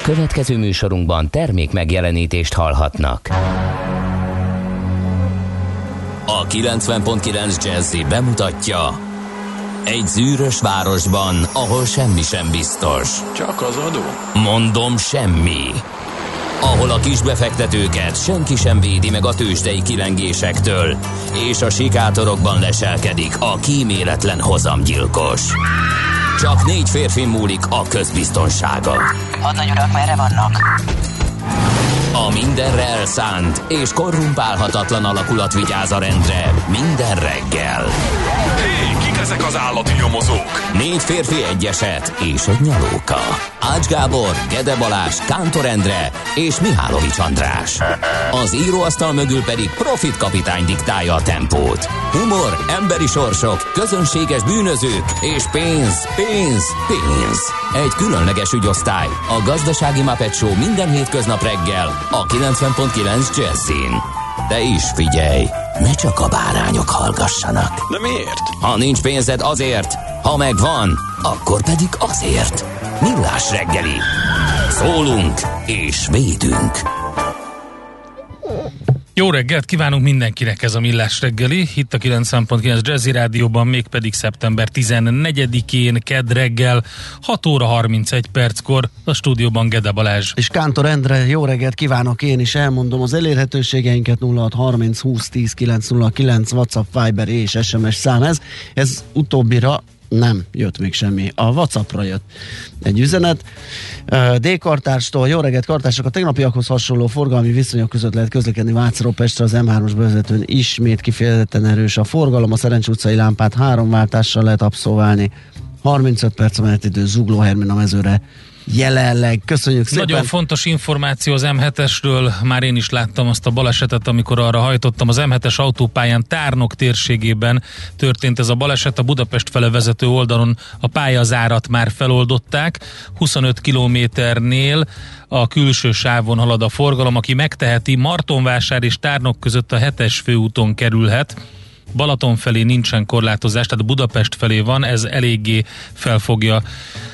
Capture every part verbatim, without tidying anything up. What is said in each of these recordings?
Következő műsorunkban termék megjelenítést hallhatnak. A kilencven pont kilenc Jazzy bemutatja: egy zűrös városban, ahol semmi sem biztos. Csak az adó? Mondom, semmi. Ahol a kisbefektetőket senki sem védi meg a tőzsdei kilengésektől, és a sikátorokban leselkedik a kíméletlen hozamgyilkos. Csak négy férfi múlik a közbiztonsága. Hadnagy urak, merre vannak? A mindenre elszánt és korrumpálhatatlan alakulat vigyáz a rendre minden reggel. Hé, kik ezek az állati nyomozók? Négy férfi, egy eset és egy nyalóka. Ács Gábor, Gede Balázs, Kántor Endre és Mihálovics András. Az íróasztal mögül pedig Profit kapitány diktálja a tempót. Humor, emberi sorsok, közönséges bűnözők és pénz, pénz, pénz. Egy különleges ügyosztály, a Gazdasági Muppet Show minden hétköznap reggel a kilencven pont kilenc Jazzin. De is figyelj, ne csak a bárányok hallgassanak. De miért? Ha nincs pénzed, azért, ha megvan, akkor pedig azért. Millás reggeli. Szólunk és védünk. Jó reggelt kívánunk mindenkinek, ez a Millás reggeli, itt a kilencven pont kilenc Jazzy Rádióban, mégpedig szeptember tizennegyedikén, kedd reggel, hat óra harmincegy perckor, a stúdióban Gede Balázs. És Kántor Endre, jó reggelt kívánok, én is elmondom az elérhetőségeinket: nulla hat harminc húsz tíz kilenc nulla kilenc, WhatsApp, Viber és es em es szám ez. Ez utóbbira nem jött még semmi. A WhatsAppra jött egy üzenet D-kartárstól: jó reggelt kartársak, a tegnapiakhoz hasonló forgalmi viszonyok között lehet közlekedni Vácról Pestre az em hármas bevezetőn. Ismét kifejezetten erős a forgalom, a Szerencs utcai lámpát három váltással lehet abszolválni. harmincöt perc a menetidő Zugló Hermina mezőre jelenleg. Köszönjük szépen! Nagyon fontos információ az em hetesről, már én is láttam azt a balesetet, amikor arra hajtottam. Az em hetes autópályán Tárnok térségében történt ez a baleset, a Budapest fele vezető oldalon a pályazárat már feloldották, huszonöt kilométernél a külső sávon halad a forgalom. Aki megteheti, Martonvásár és Tárnok között a hetes főúton kerülhet. Balaton felé nincsen korlátozás, tehát Budapest felé van, ez eléggé fel fogja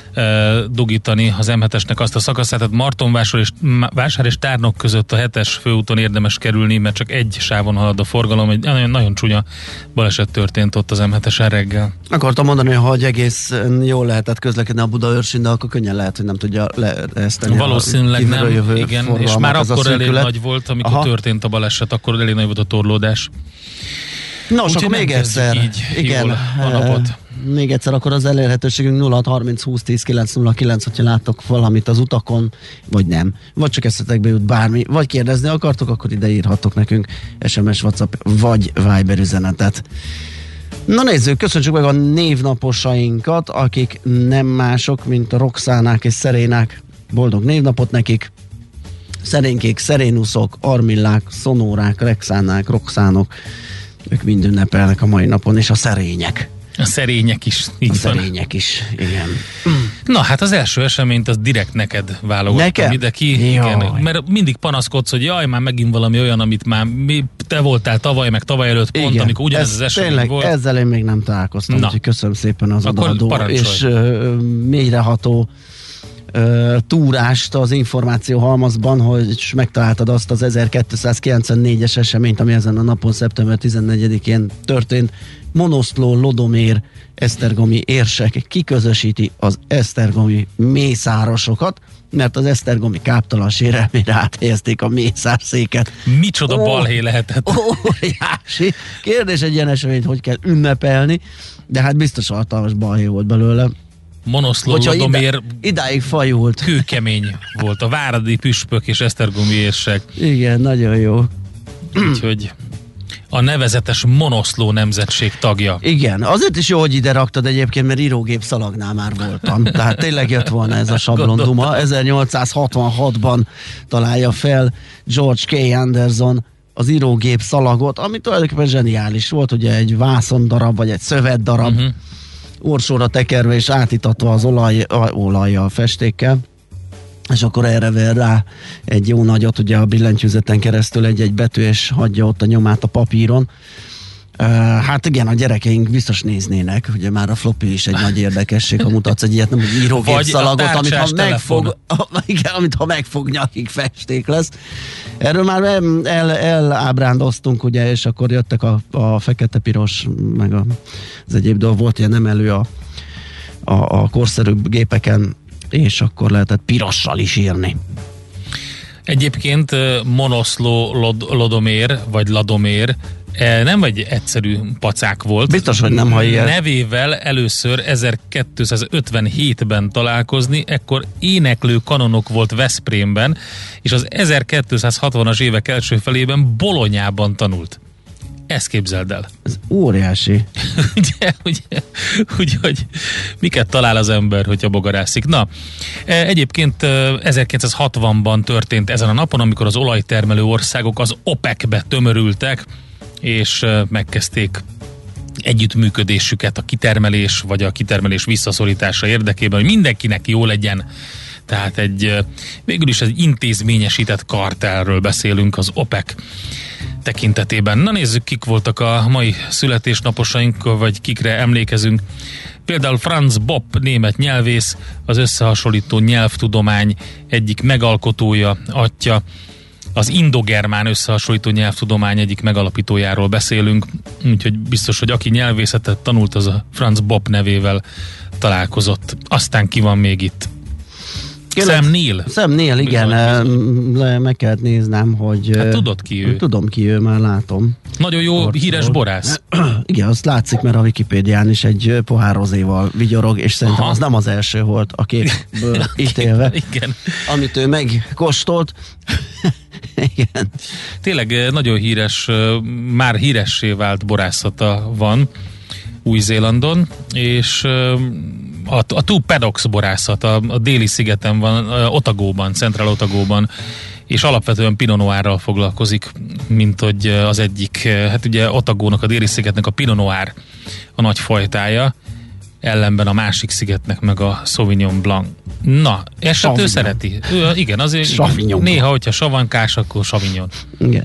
dugítani az em hetesnek azt a szakaszát, tehát Martonvásár és, Vásár és Tárnok között a hetes főúton érdemes kerülni, mert csak egy sávon halad a forgalom. Egy nagyon, nagyon csúnya baleset történt ott az em hetesen reggel. Akartam mondani, hogy egész jól lehetett közlekedni a Budaörsön, de akkor könnyen lehet, hogy nem tudja leeszteni. Valószínűleg nem, igen, és már akkor elég nagy volt, amikor Aha. történt a baleset, akkor elég nagy volt a torlódás. Nos, akkor még egyszer. Így, igen, jól a napot. Még egyszer akkor az elérhetőségünk nulla hat harminc húsz tíz kilenc nulla kilenc, hogyha láttok valamit az utakon, vagy nem, vagy csak eszetekbe jut bármi, vagy kérdezni akartok, akkor ide írhattok nekünk es em es, WhatsApp vagy Viber üzenetet. Na nézzük, köszönjük meg a névnaposainkat, akik nem mások, mint a Roxánák és Szerénák. Boldog névnapot nekik! Szerénkék, Szerénuszok, Armillák, Szonórák, Rexánák, Roxánok, ők mind ünnepelnek a mai napon, és a szerények. A szerények is. Így a van. szerények is, igen. Na, hát az első eseményt az direkt neked válogattam Nekem? ide ki. Igen, mert mindig panaszkodsz, hogy jaj, már megint valami olyan, amit már mi, te voltál tavaly, meg tavaly előtt pont, igen, amikor ugyanez az esemény tényleg, volt. Ezzel én még nem találkoztam, úgyhogy köszönöm szépen az odaadó és uh, mélyreható uh, túrást az információ halmazban, hogy megtaláltad azt az ezerkétszázkilencvennégyes eseményt, ami ezen a napon, szeptember tizennegyedikén történt. Monoszló Lodomér esztergomi érsek kiközösíti az esztergomi mészárosokat, mert az esztergomi káptalan sérelmére áthelyezték a mészárszéket. Micsoda oh, balhé lehetett. Óriási. Kérdés egy ilyen eseményt, hogy kell ünnepelni, de hát biztos hatalmas balhé volt belőle. Monoszló Lodomér ide, idáig fajult. Kőkemény volt. A váradi püspök és esztergomi érsek. Igen, nagyon jó. Úgyhogy a nevezetes Monoszló nemzetség tagja. Igen, azért is jó, hogy ide raktad egyébként, mert írógép szalagnál már voltam. Tehát tényleg jött volna ez a sablon duma. ezernyolcszázhatvanhatban találja fel George K. Anderson az írógép szalagot, ami tulajdonképpen zseniális volt, ugye egy vászondarab, vagy egy szövetdarab, uh-huh. orsóra tekerve és átítatva az olaj, olajjal, festékkel, és akkor erre ver rá egy jó nagyot, ugye a billentyűzeten keresztül egy-egy betű, és hagyja ott a nyomát a papíron. Uh, hát igen, a gyerekeink biztos néznének, ugye már a floppy is egy nagy érdekesség, ha mutatsz egy ilyet, nem egy írógépszalagot, amit ha megfog, igen, amit ha megfog, nyakig festék lesz. Erről már el, elábrándoztunk, ugye, és akkor jöttek a, a fekete-piros, meg a, az egyéb dolog, volt ilyen emelő a, a, a korszerűbb gépeken, és akkor lehetett pirossal is írni. Egyébként monoszló lod, lodomér, vagy ladomér nem egy egyszerű pacák volt. Biztos, hogy nem, ha ilyen. Nevével először ezerkétszázötvenhétben találkozni, ekkor éneklő kanonok volt Veszprémben, és az ezerkétszázhatvanas évek első felében Bolonyában tanult. Ezt képzeld el. Ez óriási. ugye, ugye, ugye, hogy miket talál az ember, hogyha bogarászik. Na, egyébként ezerkilencszázhatvanban történt ezen a napon, amikor az olajtermelő országok az OPEC-be tömörültek, és megkezdték együttműködésüket a kitermelés, vagy a kitermelés visszaszorítása érdekében, hogy mindenkinek jó legyen. Tehát egy, végül is egy intézményesített kartellről beszélünk az OPEC tekintetében. Na nézzük, kik voltak a mai születésnaposaink, vagy kikre emlékezünk. Például Franz Bopp, német nyelvész, az összehasonlító nyelvtudomány egyik megalkotója, atya. Az indogermán összehasonlító nyelvtudomány egyik megalapítójáról beszélünk, úgyhogy biztos, hogy aki nyelvészetet tanult, az a Franz Bopp nevével találkozott. Aztán ki van még itt? Sam Neill. Sam Neill, igen. Le, meg kellett néznem, hogy... Hát tudod ki ő? Tudom ki ő, már látom. Nagyon jó, Orcol. Híres borász. Igen, azt látszik, mert a Wikipédián is egy pohár rozéval vigyorog, és szerintem Aha. az nem az első volt a képből ítélve. Igen. Amit ő megkóstolt. Igen. Tényleg nagyon híres, már híressé vált borászata van Új-Zélandon, és a, a Two Paddocks borászat a, a déli szigeten van, Otagóban, Central Otagóban, és alapvetően Pinot Noirral foglalkozik, mint hogy az egyik, hát ugye Otagónak, a déli szigetnek a Pinot Noir a nagy fajtája, ellenben a másik szigetnek meg a Sauvignon Blanc. Na, ezt ő szereti. Ő, igen, azért igen. Néha, hogyha savankás, akkor Sauvignon. Igen.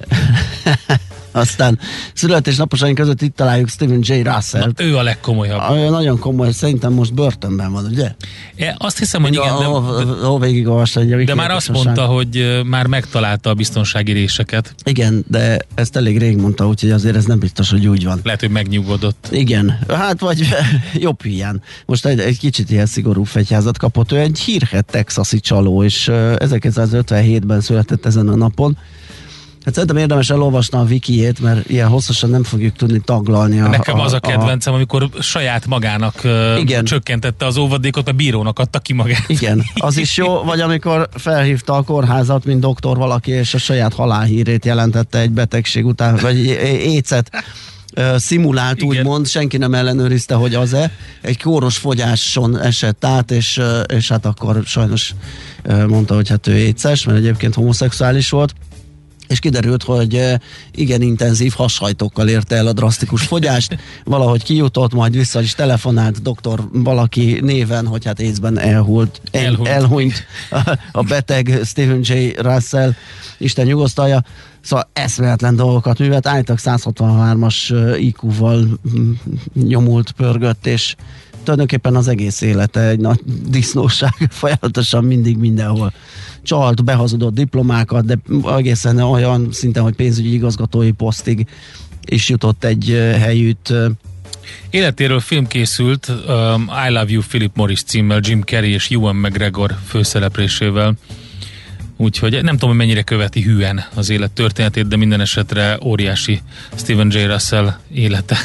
Aztán születésnaposaink között itt találjuk Stephen J. Russell-t. Na, ő a legkomolyabb. Ő nagyon komoly, szerintem most börtönben van, ugye? É, azt hiszem, hogy igen, de, ahol végigolvasta egy de már azt mondta, hogy már megtalálta a biztonsági réseket. Igen, de ezt elég rég mondta, úgyhogy azért ez nem biztos, hogy úgy van. Lehet, hogy megnyugodott. Igen, hát vagy jobb hiány. Most egy, egy kicsit ilyen szigorú fegyházat kapott. Ő egy hírhedt texasi csaló, és ezerkilencszázötvenhétben született ezen a napon. Hát szerintem érdemes elolvasni a wikijét, mert ilyen hosszasan nem fogjuk tudni taglalni. A, Nekem a, az a kedvencem, a... amikor saját magának igen. csökkentette az óvadékot, a bírónak adta ki magát. Igen, az is jó, vagy amikor felhívta a kórházat, mint doktor valaki, és a saját halálhírét jelentette egy betegség után, vagy écet szimulált, igen. úgymond, senki nem ellenőrizte, hogy az-e. Egy kóros fogyáson esett át, és, és hát akkor sajnos mondta, hogy hát ő éces, mert egyébként homoszexuális volt. És kiderült, hogy igen intenzív hashajtókkal érte el a drasztikus fogyást, valahogy kijutott, majd vissza is telefonált doktor valaki néven, hogy hát észben elhult, el, elhult. elhunyt a beteg Stephen J. Russell, Isten nyugosztalja. Szóval eszméletlen dolgokat művelt, állítólag száz hatvanhármas í kú-val nyomult, pörgött, és tulajdonképpen az egész élete egy nagy disznóság, folyamatosan mindig mindenhol csalt, behazudott diplomákat, de egészen olyan szinten, hogy pénzügyi igazgatói posztig is jutott egy helyütt. Életéről film készült, um, I Love You Philip Morris címmel, Jim Carrey és Ewan McGregor főszereplésével. Úgyhogy nem tudom, hogy mennyire követi hűen az élet történetét, de minden esetre óriási Stephen J. Russell élete.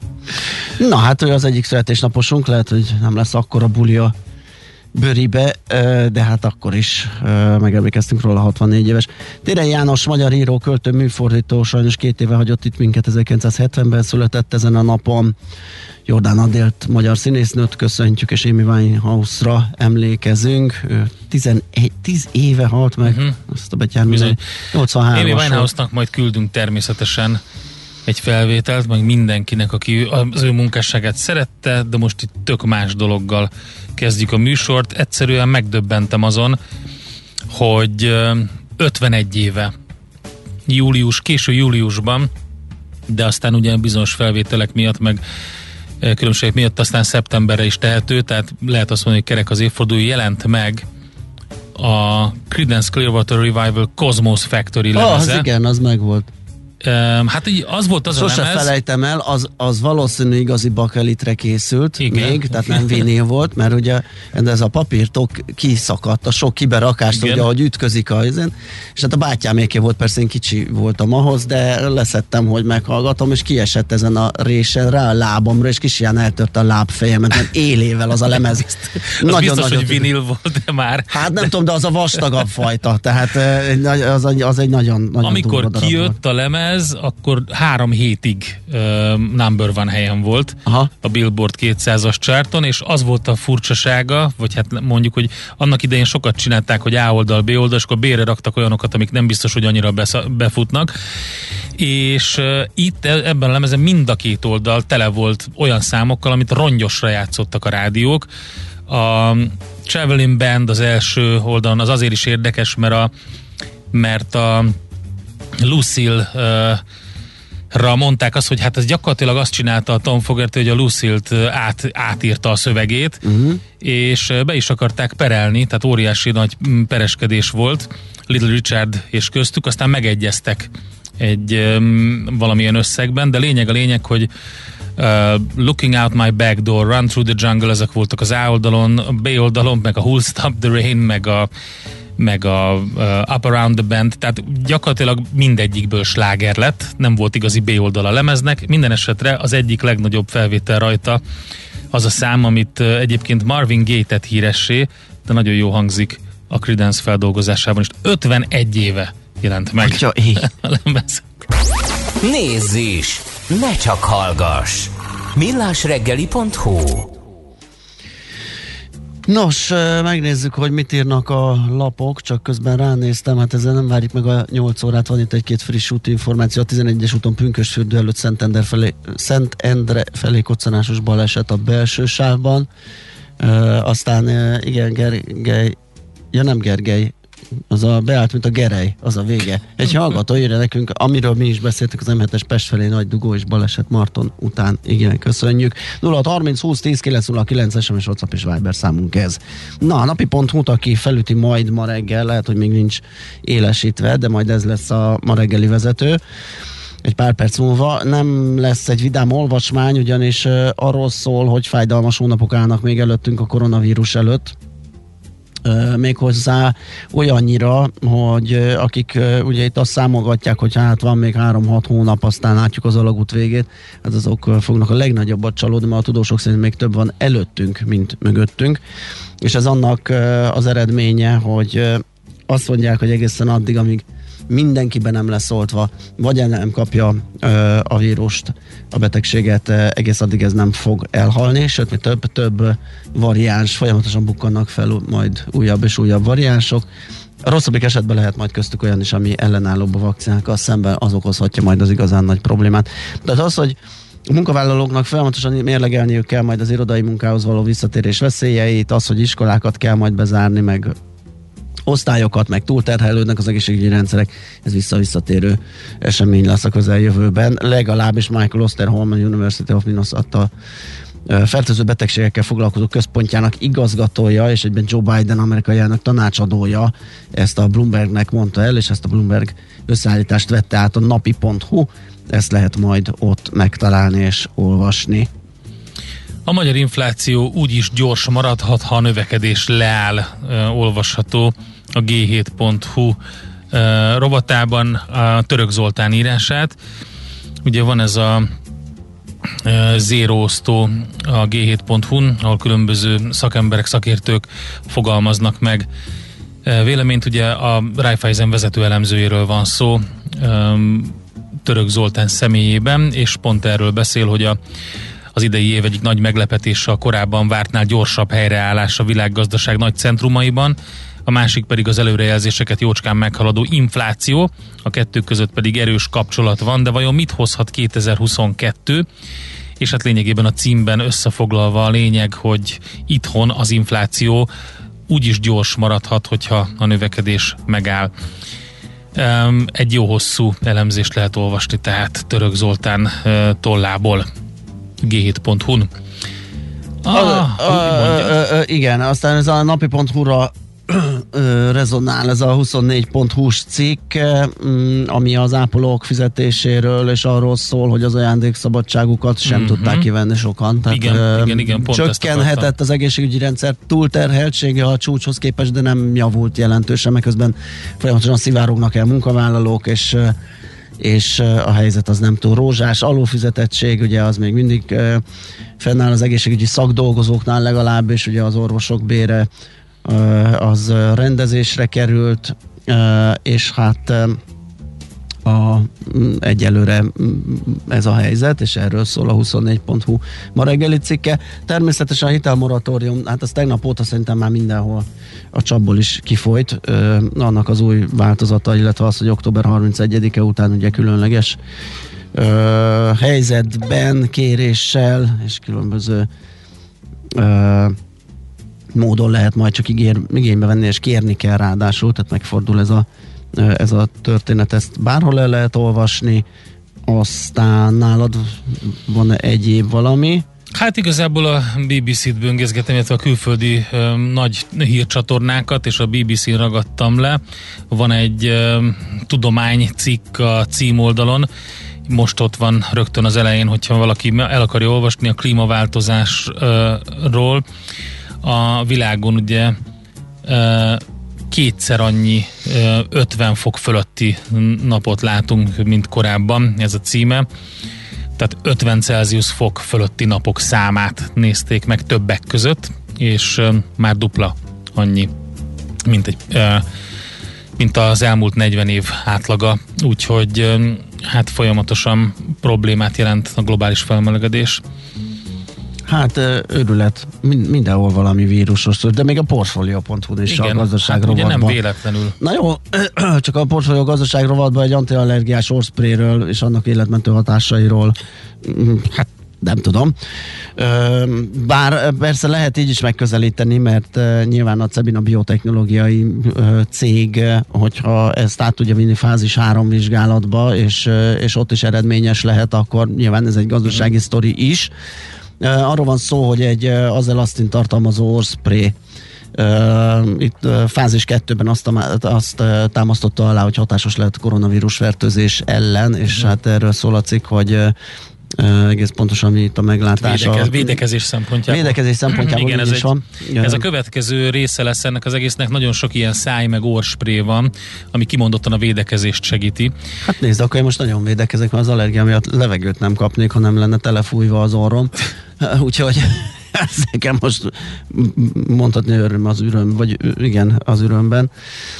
Na hát ő az egyik születésnaposunk, lehet, hogy nem lesz akkora buli a bőribe, de hát akkor is megemlékeztünk róla, hatvannégy éves. Térei János, magyar író, költő, műfordító, sajnos két éve hagyott itt minket, ezerkilencszázhetvenben született ezen a napon. Jordán Adélt, magyar színésznőt köszöntjük, és Amy Winehouse-ra emlékezünk. Ő tizenegy, tíz éve halt meg, uh-huh. azt a betyár nyolcvanhárom. Amy Winehouse-nak majd küldünk természetesen egy felvételt, meg mindenkinek, aki az ő munkásságát szerette, de most itt tök más dologgal kezdjük a műsort. Egyszerűen megdöbbentem azon, hogy ötvenegy éve, július, késő júliusban de aztán ugye bizonyos felvételek miatt, meg különbségek miatt aztán szeptemberre is tehető, tehát lehet azt mondani, hogy kerek az évforduló. Jelent meg a Creedence Clearwater Revival Cosmos Factory lemeze. Ah, az igen, az meg volt. Um, hát így az volt az Sose a lemez. felejtem el, az, az valószínű igazi bakelitre készült, igen, még, tehát nem vinil volt, mert ugye ez a papírtok kiszakadt, a sok kiberakást, ugye, ahogy ütközik a izén, és hát a bátyáméké volt, persze én kicsi voltam ahhoz, de leszettem, hogy meghallgatom, és kiesett ezen a résen rá a lábamra, és kis ilyen eltörte a lábfejemet, mert élével az a lemez. Az nagyon, biztos, nagyon, hogy vinil volt, de már. Hát nem tudom, de az a vastagabb fajta, tehát az, az egy nagyon, nagyon amikor kijött volt. a lemez, Ez, akkor három hétig uh, number one helyen volt. Aha. A Billboard kétszázas charton, és az volt a furcsasága, vagy hát mondjuk, hogy annak idején sokat csinálták, hogy A oldal, B oldal, és akkor B-re raktak olyanokat, amik nem biztos, hogy annyira besz- befutnak. És uh, itt ebben a lemezen mind a két oldal tele volt olyan számokkal, amit rongyosra játszottak a rádiók. A Traveling Band az első oldalon az azért is érdekes, mert a mert a Lucille-ra mondták azt, hogy hát ez gyakorlatilag azt csinálta a Tom Fogerty, hogy a Lucille-t át, átírta a szövegét, uh-huh. és be is akarták perelni, tehát óriási nagy pereskedés volt Little Richard és köztük, aztán megegyeztek egy um, valamilyen összegben, de lényeg a lényeg, hogy uh, Looking Out My Back Door, Run Through the Jungle, ezek voltak az A oldalon, a B oldalon, meg a Who'll Stop the Rain, meg a meg a uh, Up Around the Bend, tehát gyakorlatilag mindegyikből sláger lett, nem volt igazi B oldal a lemeznek, minden esetre az egyik legnagyobb felvétel rajta az a szám, amit uh, egyébként Marvin Gaye tett híressé, de nagyon jó hangzik a Creedence feldolgozásában is. ötvenegy éve jelent meg Atya, a lemez. Nézz is! Ne csak hallgass! millásreggeli pont hu. Nos, megnézzük, hogy mit írnak a lapok, csak közben ránéztem, hát ezzel nem várjuk meg a nyolc órát, van itt egy-két friss útinformáció, a tizenegyes úton Pünkösdfürdő előtt Szentendre felé, Szentendre felé koccanásos baleset a belső sávban, e, aztán e, igen, Gergely, ja nem Gergely, az a beállt, mint a Gerej, az a vége. Egy hallgató írja nekünk, amiről mi is beszéltük, az em hetes Pest felé nagy dugó és baleset Marton után. Igen, köszönjük. nulla hat harminc húsz tíz kilenc nulla kilenc es em es, WhatsApp és Viber számunk ez. Na, a napi pont hu, aki felüti majd ma reggel, lehet, hogy még nincs élesítve, de majd ez lesz a ma reggeli vezető. Egy pár perc múlva nem lesz egy vidám olvasmány, ugyanis uh, arról szól, hogy fájdalmas hónapok állnak még előttünk a koronavírus előtt. Uh, méghozzá olyannyira, hogy uh, akik uh, ugye itt azt számogatják, hogy hát van még három-hat hónap, aztán látjuk az alagút végét, hát azok uh, fognak a legnagyobbat csalódni, mert a tudósok szerint még több van előttünk, mint mögöttünk, és ez annak uh, az eredménye, hogy uh, azt mondják, hogy egészen addig, amíg mindenkiben nem lesz oltva, vagy nem kapja ö, a vírust, a betegséget, ö, egész addig ez nem fog elhalni, sőt, még több, több variáns, folyamatosan bukkannak fel majd újabb és újabb variánsok. A rosszabbik esetben lehet majd köztük olyan is, ami ellenállóbb a vakcinákkal szemben, az okozhatja majd az igazán nagy problémát. Tehát az, hogy a munkavállalóknak folyamatosan mérlegelniük kell majd az irodai munkához való visszatérés veszélyeit, az, hogy iskolákat kell majd bezárni, meg osztályokat, meg túlterhelődnek az egészségügyi rendszerek, ez vissza-visszatérő esemény lesz a közeljövőben. Legalábbis Michael Osterholm, a University of Minnesota fertőző betegségekkel foglalkozó központjának igazgatója, és egyben Joe Biden amerikai elnök tanácsadója ezt a Bloombergnek mondta el, és ezt a Bloomberg összeállítást vette át a napi pont hu, ezt lehet majd ott megtalálni és olvasni. A magyar infláció úgyis gyors maradhat, ha a növekedés leáll, ö, olvasható a gé hét pont hu ö, rovatában a Török Zoltán írását. Ugye van ez a ö, zéroosztó a gé hét pont hu-n, ahol különböző szakemberek, szakértők fogalmaznak meg ö, véleményt. Ugye a Raiffeisen vezető elemzőjéről van szó, ö, Török Zoltán személyében, és pont erről beszél, hogy a az idei év egyik nagy meglepetése a korábban vártnál gyorsabb helyreállás a világgazdaság nagy centrumaiban, a másik pedig az előrejelzéseket jócskán meghaladó infláció, a kettő között pedig erős kapcsolat van, de vajon mit hozhat kétezer-huszonkettő? És hát lényegében a címben összefoglalva a lényeg, hogy itthon az infláció úgyis gyors maradhat, hogyha a növekedés megáll. Egy jó hosszú elemzést lehet olvasni, tehát Török Zoltán tollából gé hét pont hu-n. Ah, a, a, a, igen, aztán ez a napi pont hu-ra rezonál ez a huszonnégy pont hu-s cikk, ami az ápolók fizetéséről és arról szól, hogy az ajándékszabadságukat sem mm-hmm. tudták kivenni sokan. Tehát, igen, uh, igen, igen, pont csökkenhetett az egészségügyi rendszer túlterheltsége a csúcshoz képest, de nem javult jelentősen, mert közben folyamatosan szivárognak el munkavállalók, és és a helyzet az nem túl rózsás. Alulfizetettség, ugye az még mindig uh, fennáll az egészségügyi szakdolgozóknál legalább, és ugye az orvosok bére az rendezésre került, és hát a, egyelőre ez a helyzet, és erről szól a huszonnégy pont hu ma reggeli cikke. Természetesen a hitelmoratórium, hát az tegnap óta szerintem már mindenhol a csapból is kifolyt, annak az új változata, illetve az, hogy október harmincegyedike után ugye különleges helyzetben, kéréssel és különböző módon lehet majd csak ígér, igénybe venni, és kérni kell ráadásul, tehát megfordul ez a, ez a történet, ezt bárhol el lehet olvasni. Aztán nálad van egyéb valami? Hát igazából a bé bé cét böngészgetem, illetve a külföldi ö, nagy hírcsatornákat, és a bé bé cén ragadtam le. Van egy ö, tudománycikk a címoldalon, most ott van rögtön az elején, hogyha valaki el akarja olvasni a klímaváltozásról. A világon ugye kétszer annyi ötven fok fölötti napot látunk, mint korábban, ez a címe. Tehát ötven Celsius fok fölötti napok számát nézték meg többek között, és már dupla annyi, mint, egy, mint az elmúlt negyven év átlaga. Úgyhogy hát folyamatosan problémát jelent a globális felmelegedés. Hát őrület, mindenhol valami vírusos, de még a Portfolio pont hu is. Igen, a gazdaság hát rovatban. Ugye nem véletlenül. Na jó, csak a Portfolio gazdaság rovatban egy antiallergiás orrspréről és annak életmentő hatásairól, hát nem tudom. Bár persze lehet így is megközelíteni, mert nyilván a Cebina biotechnológiai cég, hogyha ezt át tudja vinni fázis három vizsgálatba, és, és ott is eredményes lehet, akkor nyilván ez egy gazdasági mm. sztori is. Uh, arról van szó, hogy egy uh, azelasztin tartalmazó orrspray uh, itt uh, fázis kettőben azt, azt uh, támasztotta alá, hogy hatásos lehet koronavírus fertőzés ellen, és uh-huh. hát erről szól a cikk, hogy uh, Uh, egész pontosan mi itt a meglátás. Védekez, védekezés szempontjából. Védekezés szempontjából. Igen, ez, egy, van. ez a következő része lesz ennek az egésznek, nagyon sok ilyen száj meg orrspré van, ami kimondottan a védekezést segíti. Hát nézd, akkor én most nagyon védekezek, mert az allergia miatt levegőt nem kapnék, ha nem lenne telefújva az orrom. Úgyhogy ez nekem most mondhatni öröm az üröm, vagy igen, az ürömben.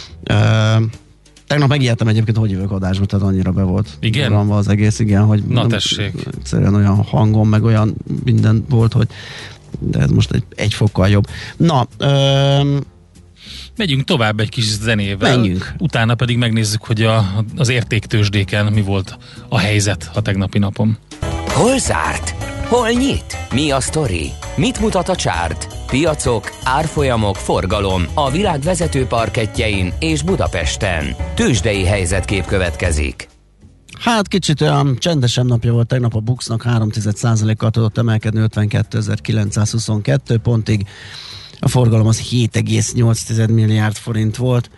Uh, Tegnap megijedtem egyébként, hogy jövök adásba, tehát annyira be volt. Igen? Az egész, igen, hogy na tessék. Egyszerűen olyan hangom, meg olyan minden volt, hogy de ez most egy, egy fokkal jobb. Na, öm, megyünk tovább egy kis zenével. Menjünk. Utána pedig megnézzük, hogy a, az értéktőzsdéken mi volt a helyzet a tegnapi napon. Hol zárt? Hol nyit? Mi a sztori? Mit mutat a csárt? Piacok, árfolyamok, forgalom a világ vezető parkettjein és Budapesten. Tőzsdei helyzetkép következik. Hát kicsit olyan csendesebb napja volt tegnap a Buxnak, három egész egy százalékkal tudott emelkedni ötvenkétezer-kilencszázhuszonkettő pontig. A forgalom az hét egész nyolc milliárd forint volt,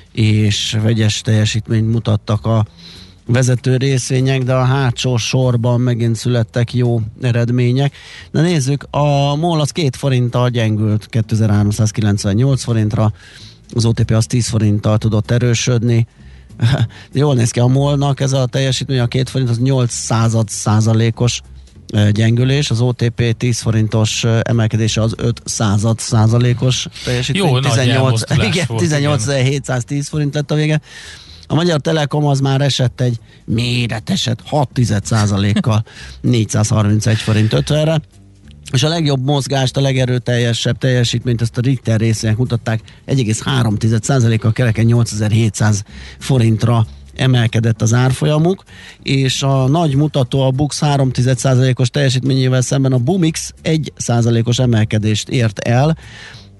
és vegyes teljesítményt mutattak a vezető részvények, de a hátsó sorban megint születtek jó eredmények. Na nézzük, a MOL az két forinttal gyengült kétezer-háromszázkilencvennyolc forintra, az o té pé az tíz forinttal tudott erősödni. Jól néz ki a MOL-nak, ez a teljesítmény, a két forint az nyolc század százalékos gyengülés, az o té pé tíz forintos emelkedése az öt század százalékos teljesítmény. Jó, tizennyolc, igen, tizennyolcezer-hétszáztíz forint lett a vége. A Magyar Telekom az már esett egy méreteset hat százalékkal négyszázharmincegy forint ötvenre, és a legjobb mozgást, a legerőteljesebb teljesítményt ezt a Richter részvények mutatták, egy egész három százalékkal kereken nyolcezer-hétszáz forintra emelkedett az árfolyamuk, és a nagy mutató a Bux három százalékos teljesítményével szemben a Bumix egy százalékos emelkedést ért el,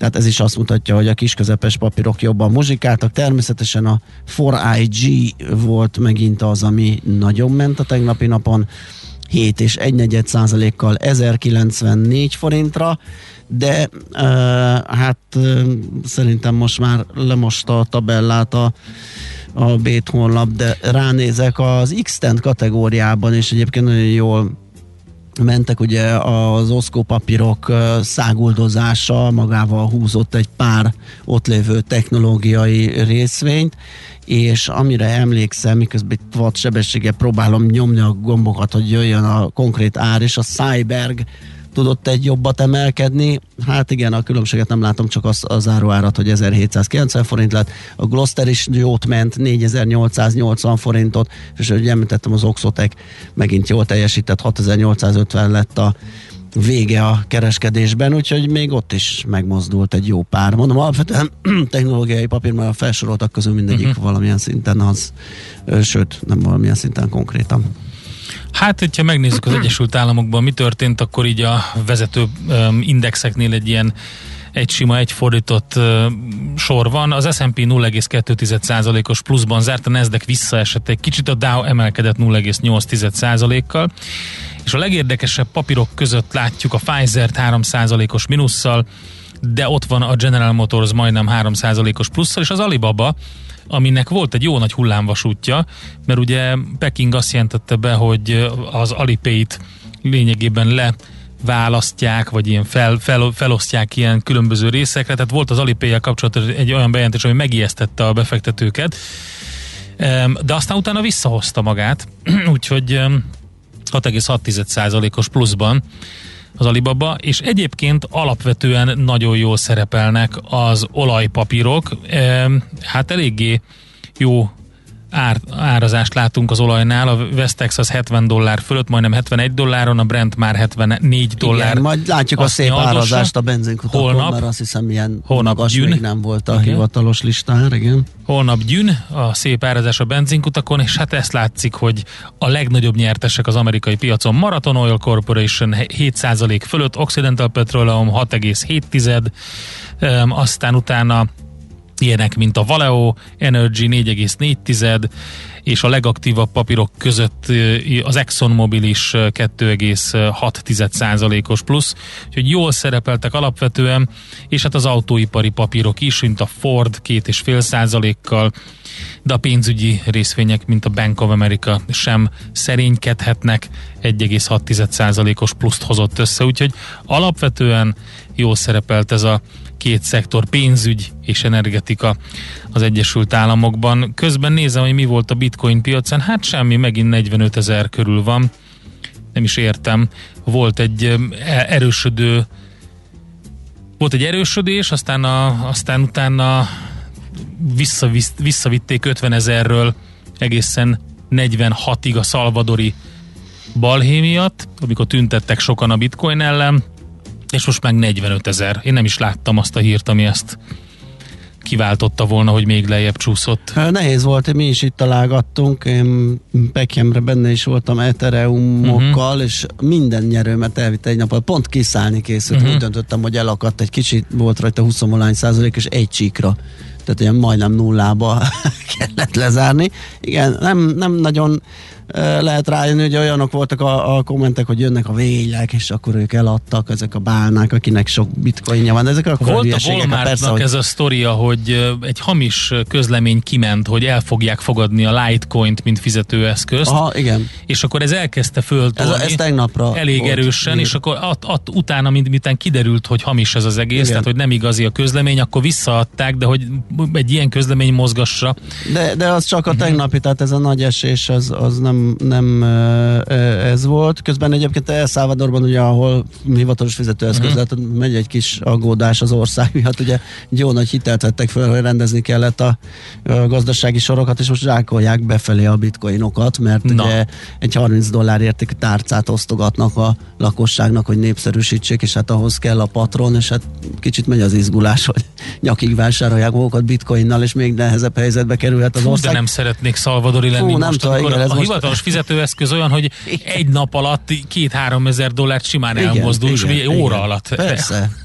Tehát ez is azt mutatja, hogy a kisközepes papírok jobban muzsikáltak. Természetesen a négy I G volt megint az, ami nagyon ment a tegnapi napon, hét és egy negyed százalékkal ezerkilencvennégy forintra, de uh, hát uh, szerintem most már lemosta a tabellát a, a Bét honlap, de ránézek az X-Tent kategóriában, és egyébként nagyon jól mentek, ugye az oszkó papírok száguldozása magával húzott egy pár ott lévő technológiai részvényt, és amire emlékszem, miközben itt vad sebességgel próbálom nyomni a gombokat, hogy jöjjön a konkrét ár, és a Cyberg tudott egy jobbat emelkedni. Hát igen, a különbséget nem látom, csak az, az záróárat, hogy ezerhétszázkilencven forint lett. A Gloster is jót ment, négyezer-nyolcszáznyolcvan forintot, és ahogy említettem, az Oxotec megint jól teljesített, hatezer-nyolcszázötven lett a vége a kereskedésben, úgyhogy még ott is megmozdult egy jó pár. Mondom, alapvetően technológiai papír, mert a felsoroltak közül mindegyik uh-huh. valamilyen szinten az, sőt, nem valamilyen szinten konkrétan. Hát, hogyha megnézzük az Egyesült Államokban mi történt, akkor így a vezető um, indexeknél egy ilyen egy sima, egy fordított uh, sor van. Az es and pé nulla egész kettő százalékos pluszban zárt, a Nasdaq visszaesett egy kicsit, a Dow emelkedett nulla egész nyolc százalékkal, és a legérdekesebb papírok között látjuk a Pfizer-t három százalékos mínusszal, de ott van a General Motors majdnem három százalékos plusszal, és az Alibaba, aminek volt egy jó nagy hullámvasútja, mert ugye Peking azt jelentette be, hogy az Alipay-t lényegében leválasztják, vagy ilyen fel, fel, felosztják ilyen különböző részekre, tehát volt az Alipay-jel kapcsolatban egy olyan bejelentés, ami megijesztette a befektetőket, de aztán utána visszahozta magát, úgyhogy hat egész hat százalékos pluszban az Alibaba, és egyébként alapvetően nagyon jól szerepelnek az olajpapírok. E, hát eléggé jó ár, árazást látunk az olajnál, a West Texas hetven dollár fölött, majdnem hetvenegy dolláron, a Brent már hetvennégy dollár. Igen, majd látjuk a szép nyoldosa. Árazást a benzinkutakon, mert azt hiszem ilyen holnap magas gyűn. Még nem volt a igen. hivatalos listán, igen. Holnap gyűn a szép árazás a benzinkutakon, és hát ezt látszik, hogy a legnagyobb nyertesek az amerikai piacon. Marathon Oil Corporation hét százalék fölött, Occidental Petroleum hat egész hét, um, aztán utána ilyenek, mint a Valeo Energy négy egész négy, és a legaktívabb papírok között az ExxonMobil is kettő egész hat százalékos plusz, úgyhogy jól szerepeltek alapvetően, és hát az autóipari papírok is, mint a Ford két egész öt százalékkal, de a pénzügyi részvények, mint a Bank of America sem szerénykedhetnek, egy egész hat százalékos pluszt hozott össze, úgyhogy alapvetően jól szerepelt ez a két szektor, pénzügy és energetika az Egyesült Államokban. Közben nézem, hogy mi volt a bitcoin piacon, hát semmi, megint negyvenöt ezer körül van, nem is értem. Volt egy erősödő volt egy erősödés, aztán, a, aztán utána visszavisz, visszavitték ötven ezerről egészen negyvenhatig a szalvadori balhé miatt, amikor tüntettek sokan a bitcoin ellen, és most meg negyvenöt ezer. Én nem is láttam azt a hírt, ami ezt kiváltotta volna, hogy még lejjebb csúszott. Nehéz volt, mi is itt találgattunk, én Pekjemre benne is voltam Ethereumokkal, uh-huh. és minden nyerőmet elvitte egy nap, pont kiszállni készült, uh-huh. úgy döntöttem, hogy elakadt egy kicsit, volt rajta húsz százalék, és egy csíkra. Tehát ilyen majdnem nullába kellett lezárni. Igen, nem, nem nagyon lehet rájönni, hogy olyanok voltak a, a kommentek, hogy jönnek a vények, és akkor ők eladtak, ezek a bálnák, akinek sok bitcoinja van. Ezek akkor volt a Walmartnak hogy... ez a sztoria, hogy egy hamis közlemény kiment, hogy el fogják fogadni a Litecoint, mint fizetőeszközt. Aha, igen. És akkor ez elkezdte föltolni. Ez, ez tegnapra elég volt, erősen, igen. És akkor at, at, utána, mint miután kiderült, hogy hamis ez az egész, igen. Tehát hogy nem igazi a közlemény, akkor visszaadták, de hogy egy ilyen közlemény mozgassa. De, de az csak a tegnapi, tehát ez a nagy esés, az, az nem nem ez volt. Közben egyébként El Salvadorban, ugye, ahol hivatalos fizetőeszköz, uh-huh. tehát megy egy kis aggódás az ország miatt, ugye egy jó nagy hitelt vettek fel, hogy rendezni kellett a, a gazdasági sorokat, és most zsákolják befelé a bitcoinokat, mert Na. ugye egy harminc dollár értékű tárcát osztogatnak a lakosságnak, hogy népszerűsítsék, és hát ahhoz kell a patron, és hát kicsit megy az izgulás, hogy nyakig vásárolják magukat bitcoinnal, és még nehezebb helyzetbe kerülhet az Fú, ország. de nem szeretnék szalvadori lenni. Fú, most, nem tudom, igen, a hivatalos fizetőeszköz olyan, hogy egy nap alatt két-három ezer dollárt simán igen, elmozdul, és igen, óra igen. alatt. Persze.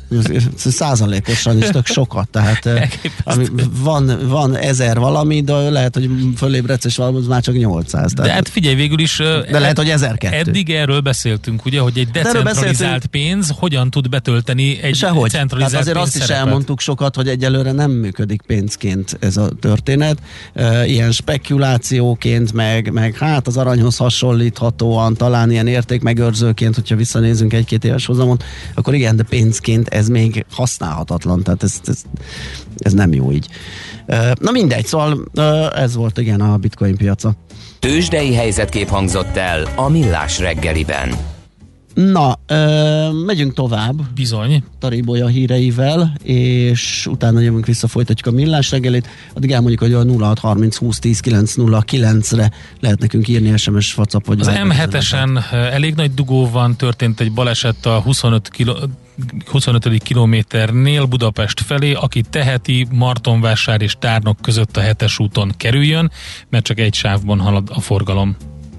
Százalékosan is tök sokat, tehát ami, van, van ezer valami, de lehet, hogy fölébredsz, és valami már csak nyolcszáz. De hát figyelj, végül is de lehet, hogy ezerkettő. Eddig erről beszéltünk, ugye, hogy egy decentralizált pénz hogyan tud betölteni egy Sehogy. centralizált hát azért pénz azt is szerepet. elmondtuk sokat, hogy egyelőre nem működik pénzként ez a történet. E, ilyen spekulációként, meg, meg hát az aranyhoz hasonlíthatóan, talán ilyen értékmegőrzőként, hogyha visszanézünk egy-két éves hozamon, akkor igen, de pénzként ez még használhatatlan, tehát ez, ez, ez nem jó így. E, na mindegy, szóval ez volt igen a bitcoin piaca. Tőzsdei helyzetkép hangzott el a Millás reggeliben. Na, ö, megyünk tovább. Bizony. Taribolya híreivel, és utána jövünk vissza, folytatjuk a Millás reggelit. Addig elmondjuk, hogy a nulla hat harminc húsz tíz kilenc nulla kilencre lehet nekünk írni es em es, WhatsApp, vagy az em hetesen elég nagy dugó van, történt egy baleset a huszonöt kiló huszonötödik kilométernél Budapest felé, aki teheti, Martonvásár és Tárnok között a hetes úton kerüljön, mert csak egy sávban halad a forgalom.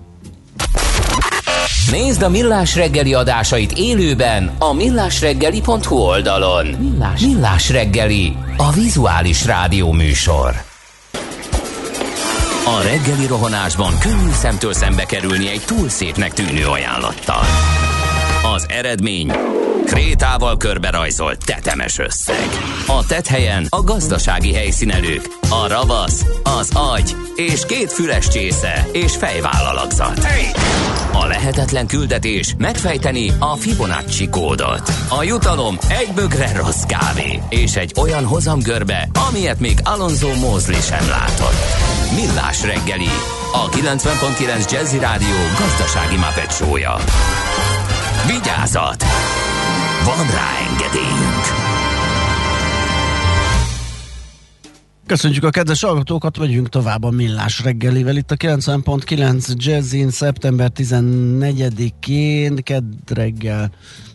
Nézd a Millás reggeli adásait élőben a millásreggeli pont hu oldalon. Millás, Millás reggeli, a vizuális rádió műsor. A reggeli rohanásban könnyű szemtől szembe kerülni egy túl szépnek tűnő ajánlattal. Az eredmény krétával körberajzolt tetemes összeg. A tetthelyen a gazdasági helyszínelők, a ravasz, az agy és két füles csésze és fejvállalakzat. A lehetetlen küldetés megfejteni a Fibonacci kódot. A jutalom egy bögre rossz kávé és egy olyan hozamgörbe, amilyet még Alonso Mosley sem látott. Millás reggeli, a kilencven pont kilenc Jazzy Rádió gazdasági Muppet show-ja. Vigyázat! Van rá engedélyünk! Köszönjük a kedves hallgatókat, megyünk tovább a Millás reggelivel. Itt a kilencven pont kilenc Jazzin szeptember tizennegyedikén, kedd reggel.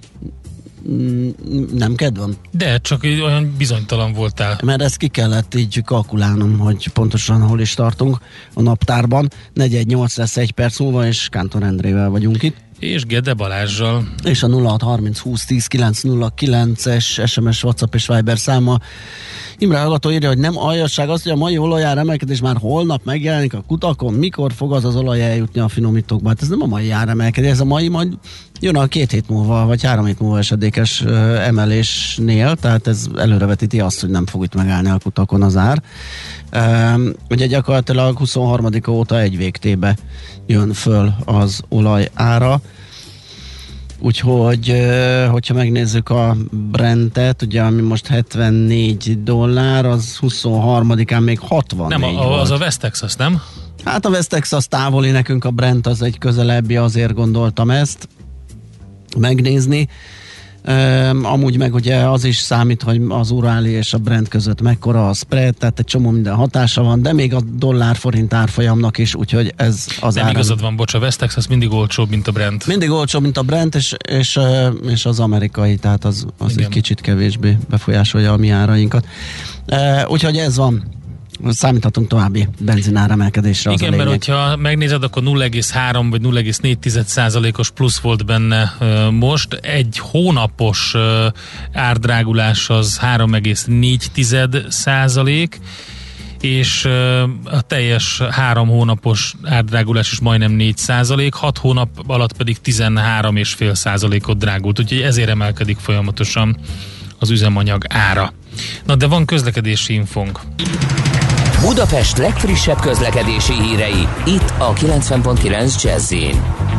Nem kedv van? De csak olyan bizonytalan voltál. Mert ezt ki kellett így kalkulálnom, hogy pontosan hol is tartunk a naptárban. negyven nyolc lesz egy perc múlva, és Kántor Endrével vagyunk itt. És Gede Balázsral. És a nulla hat harminc húsz tíz kilenc nulla kilences es em es, WhatsApp és Viber száma. Imre hallgató írja, hogy nem aljasság az, hogy a mai olajár emelkedés már holnap megjelenik a kutakon. Mikor fog az az olaj eljutni a finomítókba? Hát ez nem a mai áremelkedés, ez a mai majd jön a két hét múlva, vagy három hét múlva esedékes uh, emelésnél, tehát ez előrevetíti azt, hogy nem fog itt megállni a kutakon az ár. Um, ugye gyakorlatilag huszonharmadika óta egy végtébe jön föl az olaj ára. Úgyhogy, hogyha megnézzük a Brentet, ugye, ami most hetvennégy dollár, az huszonharmadikán még hatvannégy Nem, a, az a West Texas, nem? Hát a West Texas távoli, nekünk a Brent az egy közelebbi, azért gondoltam ezt megnézni. Um, amúgy meg ugye az is számít, hogy az Uráli és a Brent között mekkora a spread, tehát egy csomó minden hatása van, de még a dollár-forint árfolyamnak is, úgyhogy ez az Nem áram... igazad van, bocs, a West Texas mindig olcsóbb, mint a Brent. Mindig olcsóbb, mint a Brent, és, és, és az amerikai, tehát az, az egy kicsit kevésbé befolyásolja a mi árainkat. Uh, úgyhogy ez van. Számíthatunk további benzináremelkedésre. Igen, mert hogyha megnézed, akkor nulla egész három vagy nulla egész négy százalékos plusz volt benne uh, most. Egy hónapos uh, árdrágulás az három egész négy százalék, és uh, a teljes három hónapos árdrágulás is majdnem négy százalék, hat hónap alatt pedig tizenhárom egész öt százalékot drágult, úgyhogy ezért emelkedik folyamatosan az üzemanyag ára. Na, de van közlekedési infónk. Budapest legfrissebb közlekedési hírei, itt a kilencven pont kilenc Jazzin.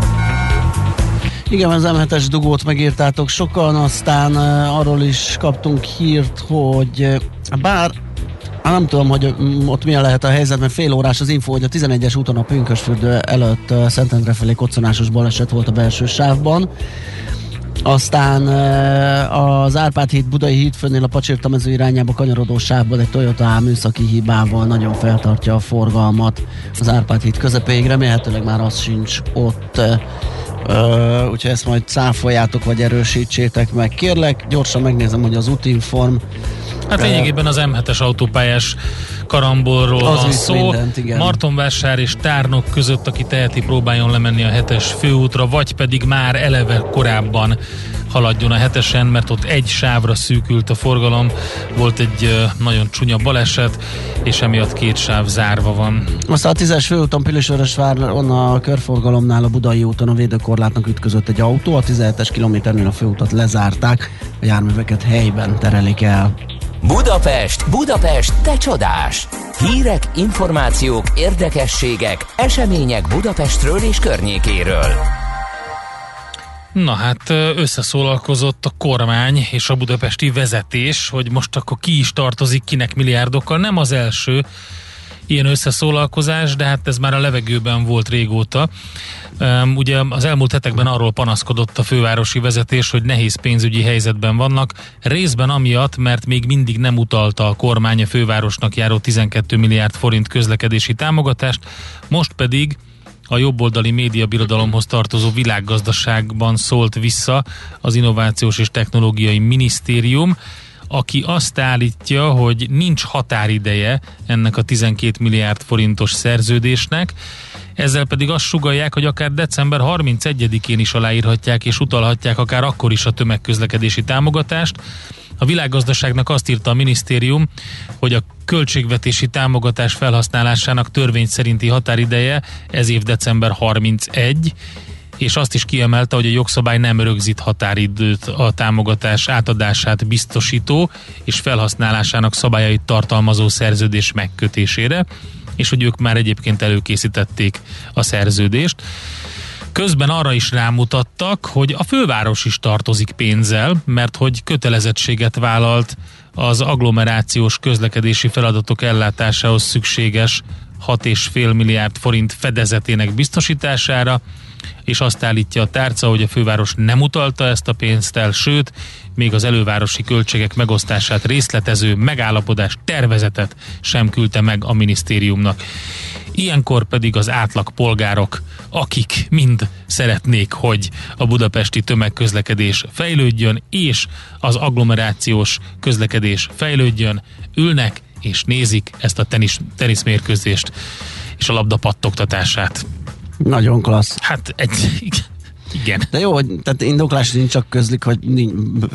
Igen, az em hetes dugót megírtátok sokan, aztán uh, arról is kaptunk hírt, hogy uh, bár hát nem tudom, hogy ott milyen lehet a helyzet, mert fél órás az info, hogy a tizenegyes úton a Pünkösdfürdő előtt uh, Szentendre felé koccanásos baleset volt a belső sávban. Aztán az Árpád híd Budai hídfőnél a Pacsirtamező irányába kanyarodó sávban egy Toyota műszaki hibával nagyon feltartja a forgalmat az Árpád híd közepéig, remélhetőleg már az sincs ott. Uh, úgyhogy ezt majd cáfoljátok, vagy erősítsétek meg. Kérlek, gyorsan megnézem, hogy az Útinform. Hát lényegében az em hetes autópályás karambolról van szó. Mindent, Martonvásár és Tárnok között, aki teheti, próbáljon lemenni a hetes főútra, vagy pedig már eleve korábban haladjon a hetesen, mert ott egy sávra szűkült a forgalom, volt egy nagyon csúnya baleset, és emiatt két sáv zárva van. Aztán a tízes főúton Pilisvörösváron a körforgalomnál a Budai úton a védőkorlátnak ütközött egy autó, a tizenhetes kilométernél a főutat lezárták, a járműveket helyben terelik el. Budapest, Budapest, te csodás! Hírek, információk, érdekességek, események Budapestről és környékéről. Na hát összeszólalkozott a kormány és a budapesti vezetés, hogy most akkor ki is tartozik kinek milliárdokkal. Nem az első ilyen összeszólalkozás, de hát ez már a levegőben volt régóta. Um, ugye az elmúlt hetekben arról panaszkodott a fővárosi vezetés, hogy nehéz pénzügyi helyzetben vannak, részben amiatt, mert még mindig nem utalta a kormány a fővárosnak járó tizenkét milliárd forint közlekedési támogatást, most pedig a jobboldali médiabirodalomhoz tartozó Világgazdaságban szólt vissza az Innovációs és Technológiai Minisztérium, aki azt állítja, hogy nincs határideje ennek a tizenkét milliárd forintos szerződésnek, ezzel pedig azt sugallják, hogy akár december harmincegyedikén is aláírhatják és utalhatják akár akkor is a tömegközlekedési támogatást. A Világgazdaságnak azt írta a minisztérium, hogy a költségvetési támogatás felhasználásának törvény szerinti határideje ez év december harmincegy, és azt is kiemelte, hogy a jogszabály nem rögzít határidőt a támogatás átadását biztosító és felhasználásának szabályait tartalmazó szerződés megkötésére, és hogy ők már egyébként előkészítették a szerződést. Közben arra is rámutattak, hogy a főváros is tartozik pénzzel, mert hogy kötelezettséget vállalt az agglomerációs közlekedési feladatok ellátásához szükséges hat egész öt milliárd forint fedezetének biztosítására, és azt állítja a tárca, hogy a főváros nem utalta ezt a pénzt el, sőt, még az elővárosi költségek megosztását részletező megállapodás tervezetet sem küldte meg a minisztériumnak. Ilyenkor pedig az átlag polgárok, akik mind szeretnék, hogy a budapesti tömegközlekedés fejlődjön, és az agglomerációs közlekedés fejlődjön, ülnek és nézik ezt a tenisz, teniszmérkőzést és a labda pattogtatását. Nagyon klassz. Hát egy... Igen. De jó, hogy tehát indoklás nincs, csak közlik, hogy nincs,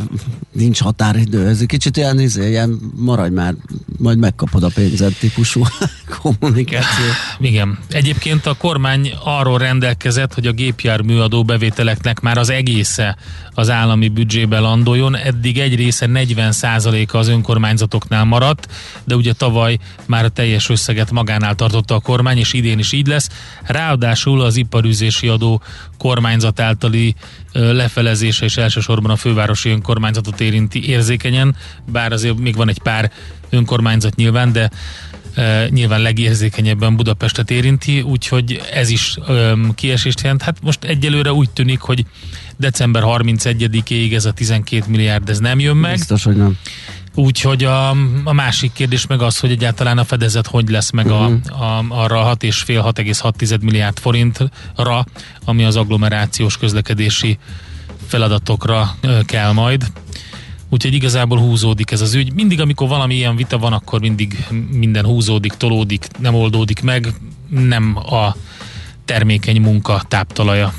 nincs határidő. Ez egy kicsit ilyen, ilyen maradj már, majd megkapod a pénzed típusú kommunikáció. Igen. Egyébként a kormány arról rendelkezett, hogy a gépjárműadó bevételeknek már az egésze az állami büdzsébe landoljon. Eddig egy része negyven százaléka az önkormányzatoknál maradt, de ugye tavaly már a teljes összeget magánál tartotta a kormány, és idén is így lesz. Ráadásul az iparűzési adó kormányzat általi ö, lefelezése és elsősorban a fővárosi önkormányzatot érinti érzékenyen, bár azért még van egy pár önkormányzat nyilván, de ö, nyilván legérzékenyebben Budapestet érinti, úgyhogy ez is ö, kiesést jelent. Hát most egyelőre úgy tűnik, hogy december harmincegyedikéig ez a tizenkét milliárd ez nem jön meg. Biztos, hogy nem. Úgyhogy a, a másik kérdés meg az, hogy egyáltalán a fedezet hogy lesz meg uh-huh. a, a, arra hat egész öt hat egész hat milliárd forintra, ami az agglomerációs közlekedési feladatokra kell majd. Úgyhogy igazából húzódik ez az ügy. Mindig, amikor valami ilyen vita van, akkor mindig minden húzódik, tolódik, nem oldódik meg, nem a termékeny munka táptalaja.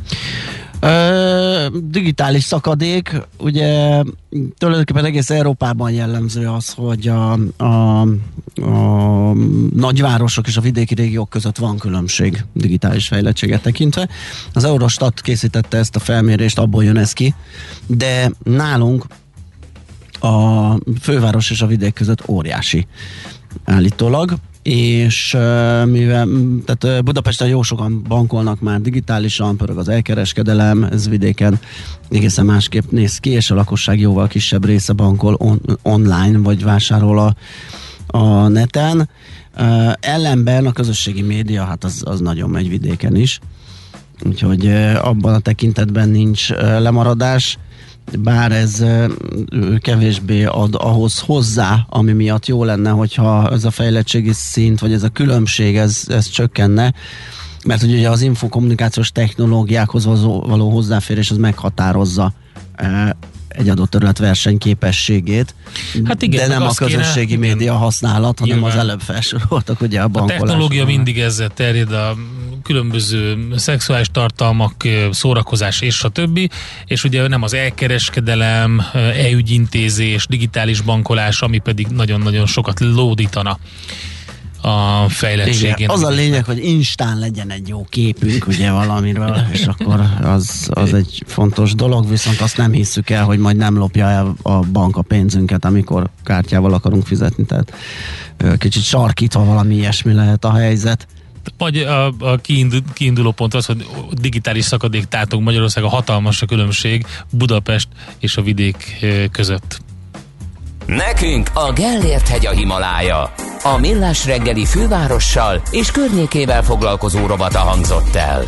Ö, digitális szakadék, ugye tulajdonképpen egész Európában jellemző az, hogy a, a, a nagyvárosok és a vidéki régiók között van különbség digitális fejlettséget tekintve. Az Eurostat készítette ezt a felmérést, abból jön ez ki, de nálunk a főváros és a vidék között óriási állítólag, és uh, mivel tehát Budapesten jó sokan bankolnak már digitálisan, pörög az elkereskedelem, ez vidéken egészen másképp néz ki, és a lakosság jóval kisebb része bankol on, online, vagy vásárol a, a neten. Uh, ellenben a közösségi média, hát az, az nagyon megy vidéken is, úgyhogy uh, abban a tekintetben nincs uh, lemaradás, bár ez kevésbé ad ahhoz hozzá, ami miatt jó lenne, hogyha ez a fejlettségi szint, vagy ez a különbség, ez, ez csökkenne, mert ugye az infokommunikációs technológiákhoz való hozzáférés az meghatározza egy adott terület versenyképességét, hát igen, de nem a közösségi kéne, média igen. használat, hanem nyilván. Az előbb felsoroltak, ugye a bankolás. A technológia mindig ezzel terjed, a különböző szexuális tartalmak, szórakozás és a többi, és ugye nem az elkereskedelem, e-ügyintézés, digitális bankolás, ami pedig nagyon-nagyon sokat lódítana a fejlettségén. Igen, az a lényeg, hogy instán legyen egy jó képünk, ugye valamiről, és akkor az, az egy fontos dolog, viszont azt nem hisszük el, hogy majd nem lopja el a bank a pénzünket, amikor kártyával akarunk fizetni, tehát kicsit sarkítva valami ilyesmi lehet a helyzet. Vagy a, a kiindul, kiinduló pont az, hogy digitális szakadék tátong Magyarországon, hatalmas a különbség Budapest és a vidék között. Nekünk a Gellért hegy a Himalája. A Millás reggeli fővárossal és környékével foglalkozó rovata hangzott el.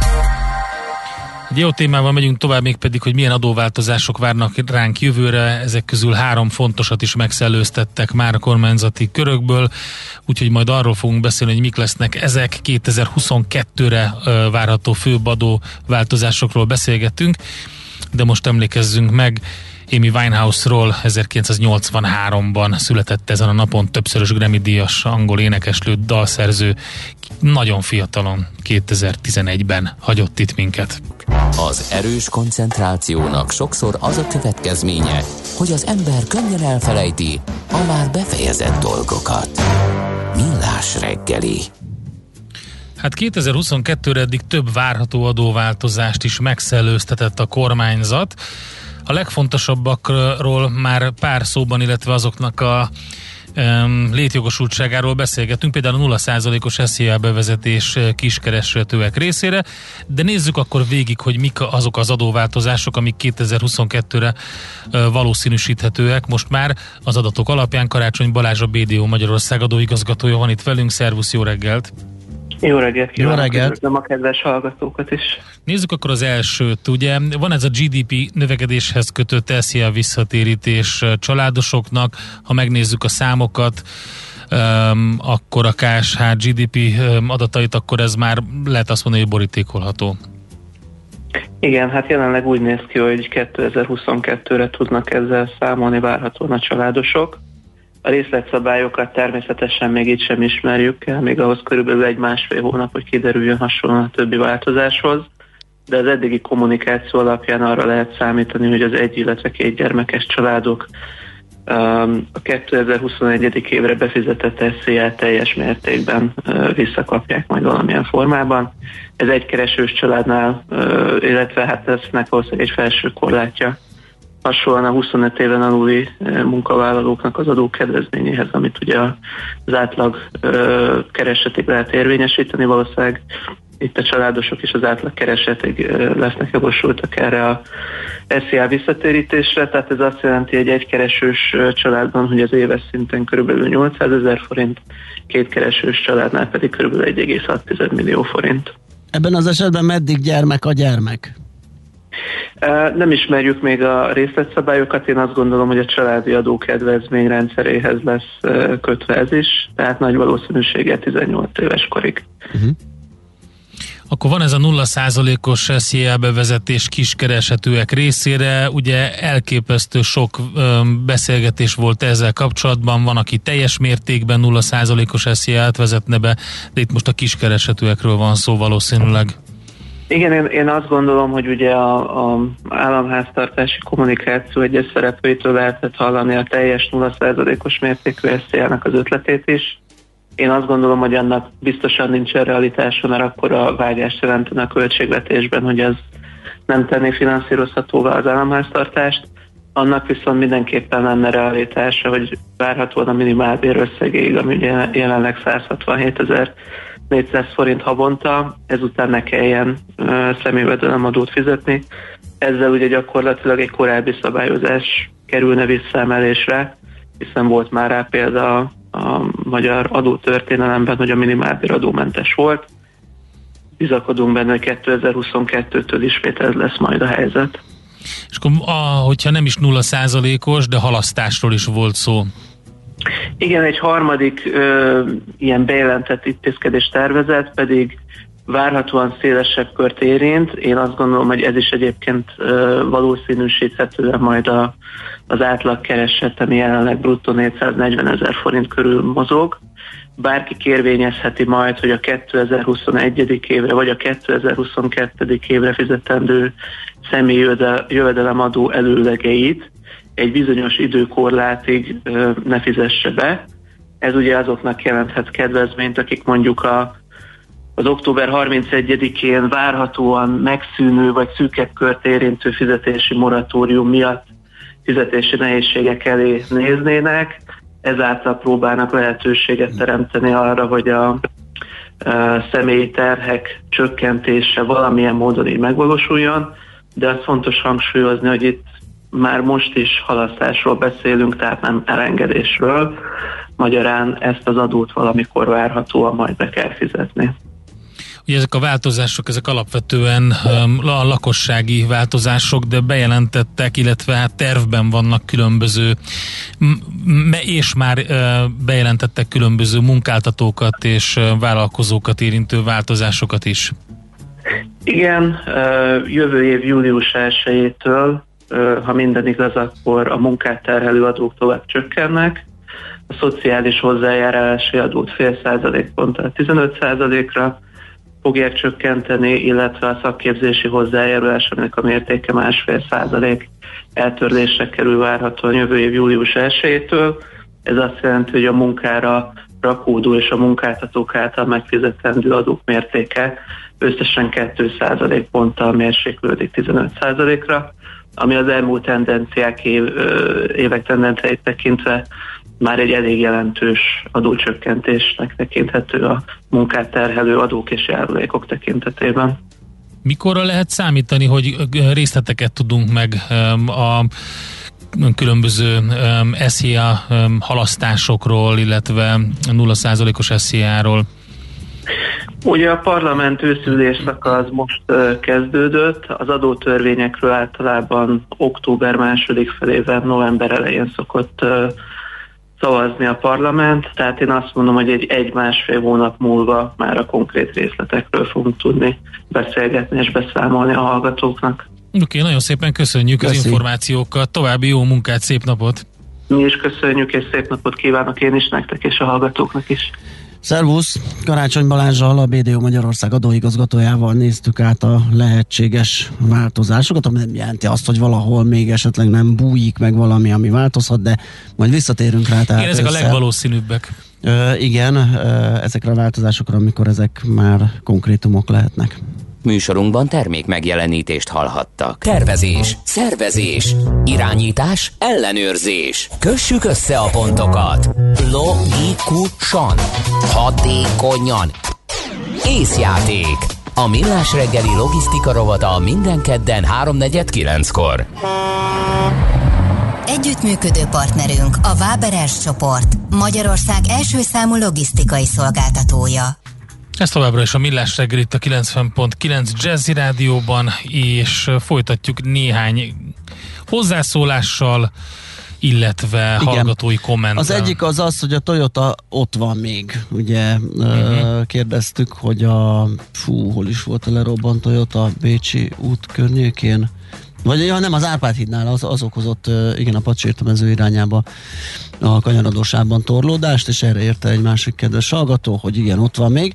Egy jó témával megyünk tovább, még pedig, hogy milyen adóváltozások várnak ránk jövőre. Ezek közül három fontosat is megszellőztettek már a kormányzati körökből, úgyhogy majd arról fogunk beszélni, hogy mik lesznek ezek. kétezer-huszonkettőre várható főbb adóváltozásokról beszélgettünk, de most emlékezzünk meg Amy Winehouse-ról. ezerkilencszáznyolcvanháromban született ezen a napon többszörös Grammy-díjas angol énekeslő, dalszerző, nagyon fiatalon, kétezer-tizenegyben hagyott itt minket. Az erős koncentrációnak sokszor az a következménye, hogy az ember könnyen elfelejti a már befejezett dolgokat. Millás reggeli. Hát kétezer-huszonkettőre eddig több várható adóváltozást is megszellőztetett a kormányzat. A legfontosabbakról már pár szóban, illetve azoknak a um, létjogosultságáról beszélgetünk, például a nulla százalékos es zé á bevezetés kiskeresőtőek részére, de nézzük akkor végig, hogy mik azok az adóváltozások, amik kétezer-huszonkettőre uh, valószínűsíthetőek. Most már az adatok alapján Karácsony Balázs, a bé dé o Magyarország adóigazgatója van itt velünk. Szervusz, jó reggelt! Jó reggelt kívánok, jó reggelt. Köszönöm a kedves hallgatókat is. Nézzük akkor az elsőt. Ugye van ez a gé dé pé növekedéshez kötött es zé á visszatérítés családosoknak. Ha megnézzük a számokat, um, akkor a ká es há gé dé pé adatait, akkor ez már lehet azt mondani, hogy borítékolható. Igen, hát jelenleg úgy néz ki, hogy kétezer-huszonkettőre tudnak ezzel számolni várhatóan a családosok. A részletszabályokat természetesen még itt sem ismerjük el, még ahhoz körülbelül egy-másfél hónap, hogy kiderüljön hasonlóan a többi változáshoz, de az eddigi kommunikáció alapján arra lehet számítani, hogy az egy, illetve két gyermekes családok um, a kétezer-huszonegyedik évre befizetett es zé á teljes mértékben uh, visszakapják majd valamilyen formában. Ez egykeresős családnál, uh, illetve hát lesznek valószínűleg egy felső korlátja, hasonlóan a huszonöt éven aluli munkavállalóknak az adókedvezményéhez, amit ugye az átlag ö, keresetig lehet érvényesíteni, valószínűleg itt a családosok is az átlag keresetig ö, lesznek jogosultak erre a es zé á visszatérítésre, tehát ez azt jelenti, hogy egy keresős családban, hogy az éves szinten kb. nyolcszázezer forint, két keresős családnál pedig kb. egy egész hat millió forint. Ebben az esetben meddig gyermek a gyermek? Nem ismerjük még a részletszabályokat, én azt gondolom, hogy a családi adókedvezmény rendszeréhez lesz kötve ez is, tehát nagy valószínűséggel tizennyolc éves korig. Uh-huh. Akkor van ez a nulla százalékos es zé á bevezetés kiskereshetőek részére, ugye elképesztő sok ö, beszélgetés volt ezzel kapcsolatban, van, aki teljes mértékben nulla százalékos es zé á-t vezetne be, de itt most a kiskereshetőekről van szó valószínűleg. Igen, én, én azt gondolom, hogy ugye a, a államháztartási kommunikáció egyes szereplőitől lehetett hallani a teljes nulla százalékos mértékű es zé á-nak az ötletét is. Én azt gondolom, hogy annak biztosan nincsen realitása, mert akkor a vágyást jelentene a költségvetésben, hogy ez nem tenné finanszírozhatóvá az államháztartást. Annak viszont mindenképpen lenne realitása, hogy várhatóan a minimálbér összegéig, ami ugye jelenleg száz hatvanhétezer-négyszáz forint havonta, ezután ne kelljen uh, személyjövedelemadót fizetni. Ezzel ugye gyakorlatilag egy korábbi szabályozás kerülne visszaemelésre, hiszen volt már rá példa a, a magyar adótörténelemben, hogy a minimálbér adómentes volt. Bizakodunk benne, hogy kétezer-huszonkettőtől ismét ez lesz majd a helyzet. És akkor, a, hogyha nem is nulla százalékos, de halasztásról is volt szó. Igen, egy harmadik ö, ilyen bejelentett intézkedés tervezet pedig várhatóan szélesebb kört érint. Én azt gondolom, hogy ez is egyébként valószínűsíthetően majd a, az átlagkereset, ami jelenleg bruttó négyszáznegyvenezer forint körül mozog. Bárki kérvényezheti majd, hogy a kétezer-huszonegy. évre vagy a kétezer-huszonkettő. évre fizetendő személyi jövedelemadó előlegeit egy bizonyos időkorlátig ne fizesse be. Ez ugye azoknak jelenthet kedvezményt, akik mondjuk a az október harmincegyedikén várhatóan megszűnő vagy szűkebb kört érintő fizetési moratórium miatt fizetési nehézségek elé néznének, ezáltal próbálnak lehetőséget teremteni arra, hogy a, a személyi terhek csökkentése valamilyen módon így megvalósuljon, de az fontos hangsúlyozni, hogy itt már most is halasztásról beszélünk, tehát nem elengedésről, magyarán ezt az adót valamikor várhatóan majd be kell fizetni. Ugye ezek a változások, ezek alapvetően a lakossági változások, de bejelentettek, illetve hát tervben vannak különböző, és már bejelentettek különböző munkáltatókat és vállalkozókat érintő változásokat is. Igen, jövő év július elsejétől, ha minden igaz, akkor a munkát terhelő adók tovább csökkennek, a szociális hozzájárulási adót fél százalékponttal tizenöt százalékra fogják csökkenteni, illetve a szakképzési hozzájárulás, aminek a mértéke másfél százalék eltörlésre kerül várhatóan jövő év július elsejétől. Ez azt jelenti, hogy a munkára rakódó és a munkáltatók által megfizetendő adók mértéke összesen két százalékponttal mérséklődik tizenöt százalékra, ami az elmúlt tendenciák év, évek tendenciáit tekintve már egy elég jelentős adócsökkentésnek tekinthető a munkát terhelő adók és járulékok tekintetében. Mikorra lehet számítani, hogy részleteket tudunk meg a különböző es zé á halasztásokról, illetve nulla százalékos es zé á-ról? Ugye a parlament őszülésszaka az most uh, kezdődött, az adótörvényekről általában október második felében, november elején szokott uh, szavazni a parlament, tehát én azt mondom, hogy egy egy-másfél hónap múlva már a konkrét részletekről fogunk tudni beszélgetni és beszámolni a hallgatóknak. Oké, okay, nagyon szépen köszönjük Köszi. az információkat, további jó munkát, szép napot! Mi is köszönjük, és szép napot kívánok én is nektek és a hallgatóknak is. Szervusz! Karácsony Balázsral, a bé dé o Magyarország adóigazgatójával néztük át a lehetséges változásokat, ami nem jelenti azt, hogy valahol még esetleg nem bújik meg valami, ami változhat, de majd visszatérünk rá. Tehát igen, ezek össze. a legvalószínűbbek. Ö, igen, ö, ezekre a változásokra, amikor ezek már konkrétumok lehetnek. Műsorunkban termék megjelenítést hallhattak. Tervezés, szervezés, irányítás, ellenőrzés. Kössük össze a pontokat. Logikusan, hatékonyan. Észjáték. A Millás reggeli logisztika rovata minden kedden háromnegyed kilenckor. Együttműködő partnerünk a Waberers csoport, Magyarország első számú logisztikai szolgáltatója. Ez továbbra is a Millás reggel itt a kilencven pont kilenc Jazzy Rádióban, és folytatjuk néhány hozzászólással, illetve igen. hallgatói kommenttel. Az egyik az az, hogy a Toyota ott van még. Ugye uh-huh. kérdeztük, hogy a fú, hol is volt a lerobbant Toyota, a Bécsi út környékén, vagy ja, nem, az Árpád hídnál az, az okozott, igen, a Pacsirtamező irányába a kanyarodósában torlódást, és erre érte egy másik kedves hallgató, hogy igen, ott van még.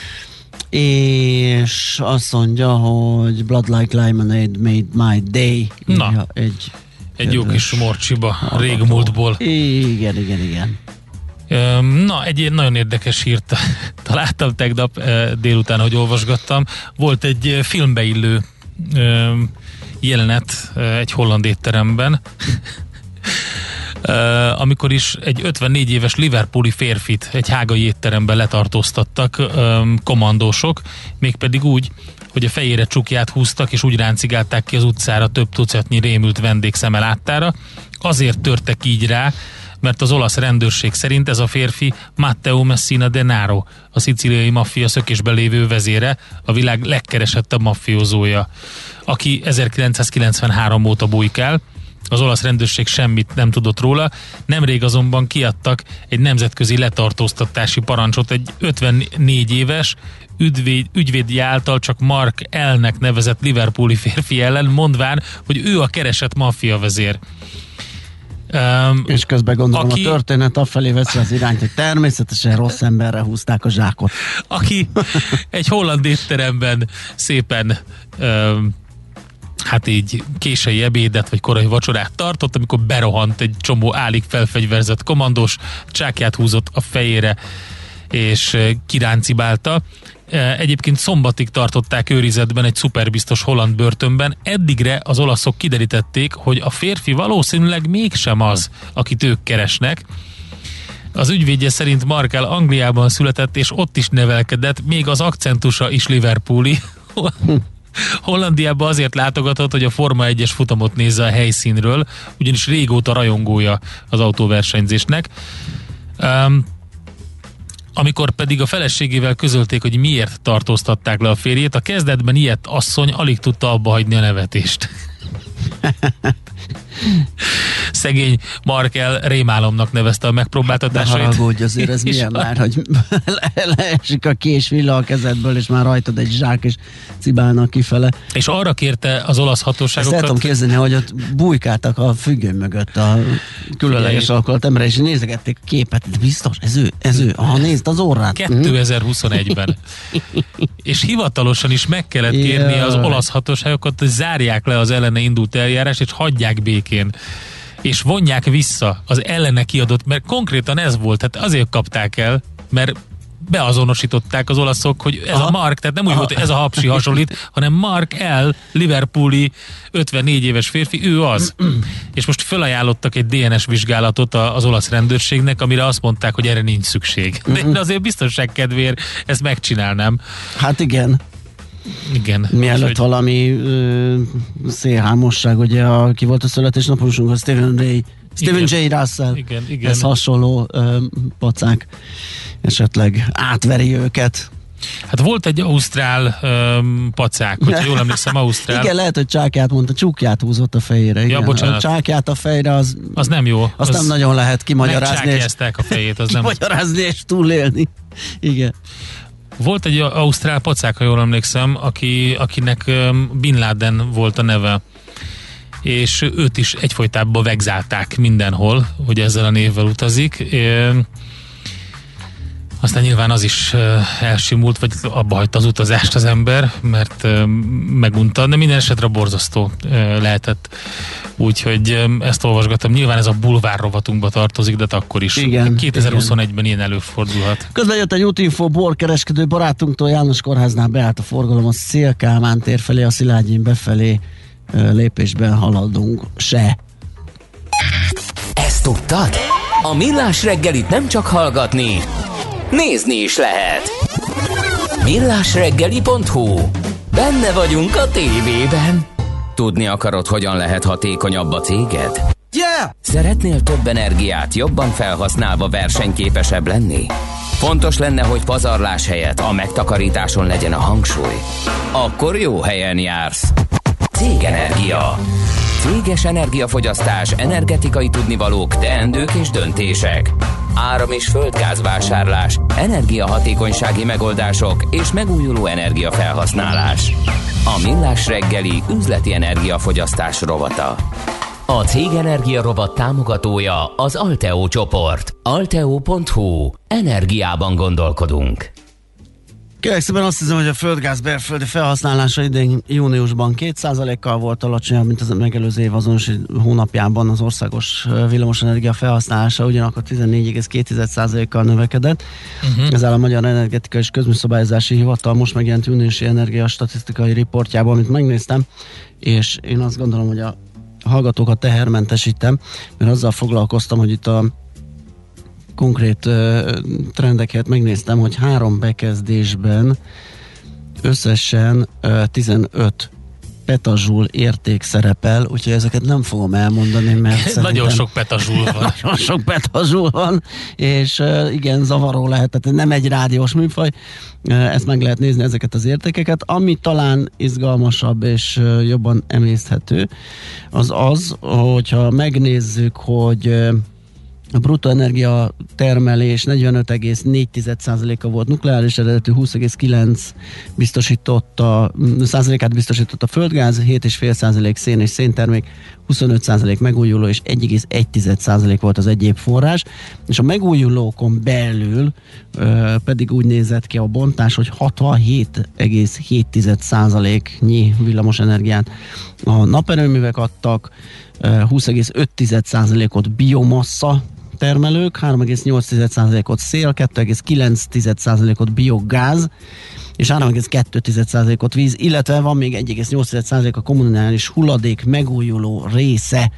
És azt mondja, hogy Blood Like Lemonade made my day. Na, egy, egy jó kis morcsiba, régmúltból. Igen, igen, igen. Na, egy nagyon érdekes hírt találtam tegnap délután, hogy olvasgattam. Volt egy filmbeillő jelenet egy holland étteremben, Uh, amikor is egy ötvennégy éves liverpooli férfit egy hágai étteremben letartóztattak um, kommandósok, mégpedig úgy, hogy a fejére csukját húztak, és úgy ráncigálták ki az utcára több tucatnyi rémült vendég szeme láttára. Azért törtek így rá, mert az olasz rendőrség szerint ez a férfi Matteo Messina Denaro, a szicíliai maffia szökésben lévő vezére, a világ legkeresettebb maffiózója, aki ezerkilencszázkilencvenhárom óta bujkál. Az olasz rendőrség semmit nem tudott róla. Nemrég azonban kiadtak egy nemzetközi letartóztatási parancsot egy ötvennégy éves ügyvéd, ügyvédje által csak Mark L-nek nevezett liverpooli férfi ellen, mondván, hogy ő a keresett maffia vezér. Um, és közben gondolom aki, a történet afelé veszi az irányt, hogy természetesen rossz emberre húzták a zsákot. Aki egy holland étteremben szépen um, hát így késői ebédet vagy korai vacsorát tartott, amikor berohant egy csomó állig felfegyverzett kommandós, csákját húzott a fejére és kiráncibálta. Egyébként szombatig tartották őrizetben egy szuperbiztos holland börtönben. Eddigre az olaszok kiderítették, hogy a férfi valószínűleg mégsem az, akit ők keresnek. Az ügyvédje szerint Markel Angliában született, és ott is nevelkedett, még az akcentusa is liverpooli. Hollandiában azért látogatott, hogy a Forma egyes futamot nézze a helyszínről, ugyanis régóta rajongója az autóversenyzésnek. Um, Amikor pedig a feleségével közölték, hogy miért tartóztatták le a férjét, a kezdetben ilyet asszony alig tudta abba hagyni a nevetést. Szegény Markel rémálomnak nevezte a megpróbáltatásait. Ne haragudj, azért ez milyen már, hogy leesik a kés villa a kezedből, és már rajtad egy zsák, és cibálnak kifele. És arra kérte az olasz hatóságokat... Ezt el tudom képzelni, hogy ott bújkáltak a függöny mögött a különleges alakulat ember, és nézegették a képet, biztos, ez ő, ez ő. Aha, nézd az orrát. kétezer-huszonegyben. És hivatalosan is meg kellett kérni az olasz hatóságokat, hogy zárják le az ellene indult eljárás, és hagyják békén. És vonják vissza az ellene kiadott, mert konkrétan ez volt, tehát azért kapták el, mert beazonosították az olaszok, hogy ez Aha. a Mark, tehát nem úgy Aha. volt, hogy ez a hapsi hasonlít, hanem Mark L. liverpooli ötvennégy éves férfi, ő az. És most felajánlottak egy dé en es vizsgálatot az olasz rendőrségnek, amire azt mondták, hogy erre nincs szükség. De én azért biztonság kedvéért ezt megcsinálnám. Hát igen. Igen. Mielőtt hogy... valami ö, szélhámosság, ugye, a, ki volt a születésnaposunk, a Stephen Ray, Stephen J. Russell. Igen, igen. Ez hasonló ö, pacák esetleg átveri őket. Hát volt egy ausztrál um, pacák, hogyha jól emlékszem, ausztrál. Igen, lehet, hogy csákját mondta, csukját húzott a fejére. Igen. Ja, bocsánat. A csákját a fejre, az, az nem jó. Azt az nem nagyon lehet kimagyarázni. Megcsákjázták a fejét, az nem. Kimagyarázni és túlélni. Igen. Volt egy ausztrál pacák, ha jól emlékszem, aki, akinek um, Bin Laden volt a neve. És őt is egyfolytában vegzálták mindenhol, hogy ezzel a névvel utazik. É, aztán nyilván az is elsimult, vagy abba hagyta az utazást az ember, mert megunta, de minden esetre borzasztó lehetett. Úgyhogy ezt olvasgattam. Nyilván ez a bulvár rovatunkba tartozik, de akkor is. Igen, kétezer-huszonegyben igen. Ilyen előfordulhat. Közben jött egy útinfo, borkereskedő barátunktól, János Kórháznál beállt a forgalom a Szél-Kálmán tér felé, a Szilágyin befelé lépésben haladunk se. Ezt tudtad? A Millás reggelit nem csak hallgatni, nézni is lehet. millásreggeli pont hu. Benne vagyunk a tévében. Tudni akarod, hogyan lehet hatékonyabb a céged? Yeah! Szeretnél több energiát jobban felhasználva versenyképesebb lenni? Fontos lenne, hogy pazarlás helyett a megtakarításon legyen a hangsúly. Akkor jó helyen jársz. Cégenergia. Céges energiafogyasztás, energetikai tudnivalók, teendők és döntések. Áram- és földgázvásárlás, energiahatékonysági megoldások és megújuló energiafelhasználás. A Millás reggeli üzleti energiafogyasztás rovata. A Cégenergia rovat támogatója az Alteo csoport. alteo pont hu. Energiában gondolkodunk. Kérlek szépen, azt hiszem, hogy a földgáz belföldi felhasználása idén júniusban két százalékkal volt alacsonyabb, mint az megelőző év azonos hónapjában az országos villamosenergia felhasználása, ugyanakkor tizennégy egész két százalékkal növekedett. Uh-huh. Ez áll a Magyar Energetikai és Közműszabályozási Hivatal most megjelent júniusi energia statisztikai riportjában, amit megnéztem, és én azt gondolom, hogy a hallgatókat tehermentesítem, mert azzal foglalkoztam, hogy itt a konkrét uh, trendeket megnéztem, hogy három bekezdésben összesen uh, tizenöt petazsul érték szerepel, úgyhogy ezeket nem fogom elmondani, mert nagyon sok petazsul van. Nagyon sok petazsul van, és uh, igen, zavaró lehet, tehát nem egy rádiós műfaj, uh, ezt meg lehet nézni, ezeket az értékeket. Ami talán izgalmasabb és uh, jobban emészthető, az az, hogyha megnézzük, hogy uh, a bruttó energia termelés negyvenöt egész négy százaléka volt nukleáris eredetű, húsz egész kilenc biztosította, százalékát biztosított a földgáz, hét egész öt százalék szén és széntermék, huszonöt százalék megújuló és egy egész egy százalék volt az egyéb forrás, és a megújulókon belül ö, pedig úgy nézett ki a bontás, hogy hatvanhét egész hét százaléknyi villamosenergiát a naperőművek adtak, húsz egész öt százalékot biomassa termelők, három egész nyolc százalékot szél, kettő egész kilenc százalékot biogáz, és három egész kettő százalékot víz, illetve van még egy egész nyolc százalék a kommunális hulladék megújuló része,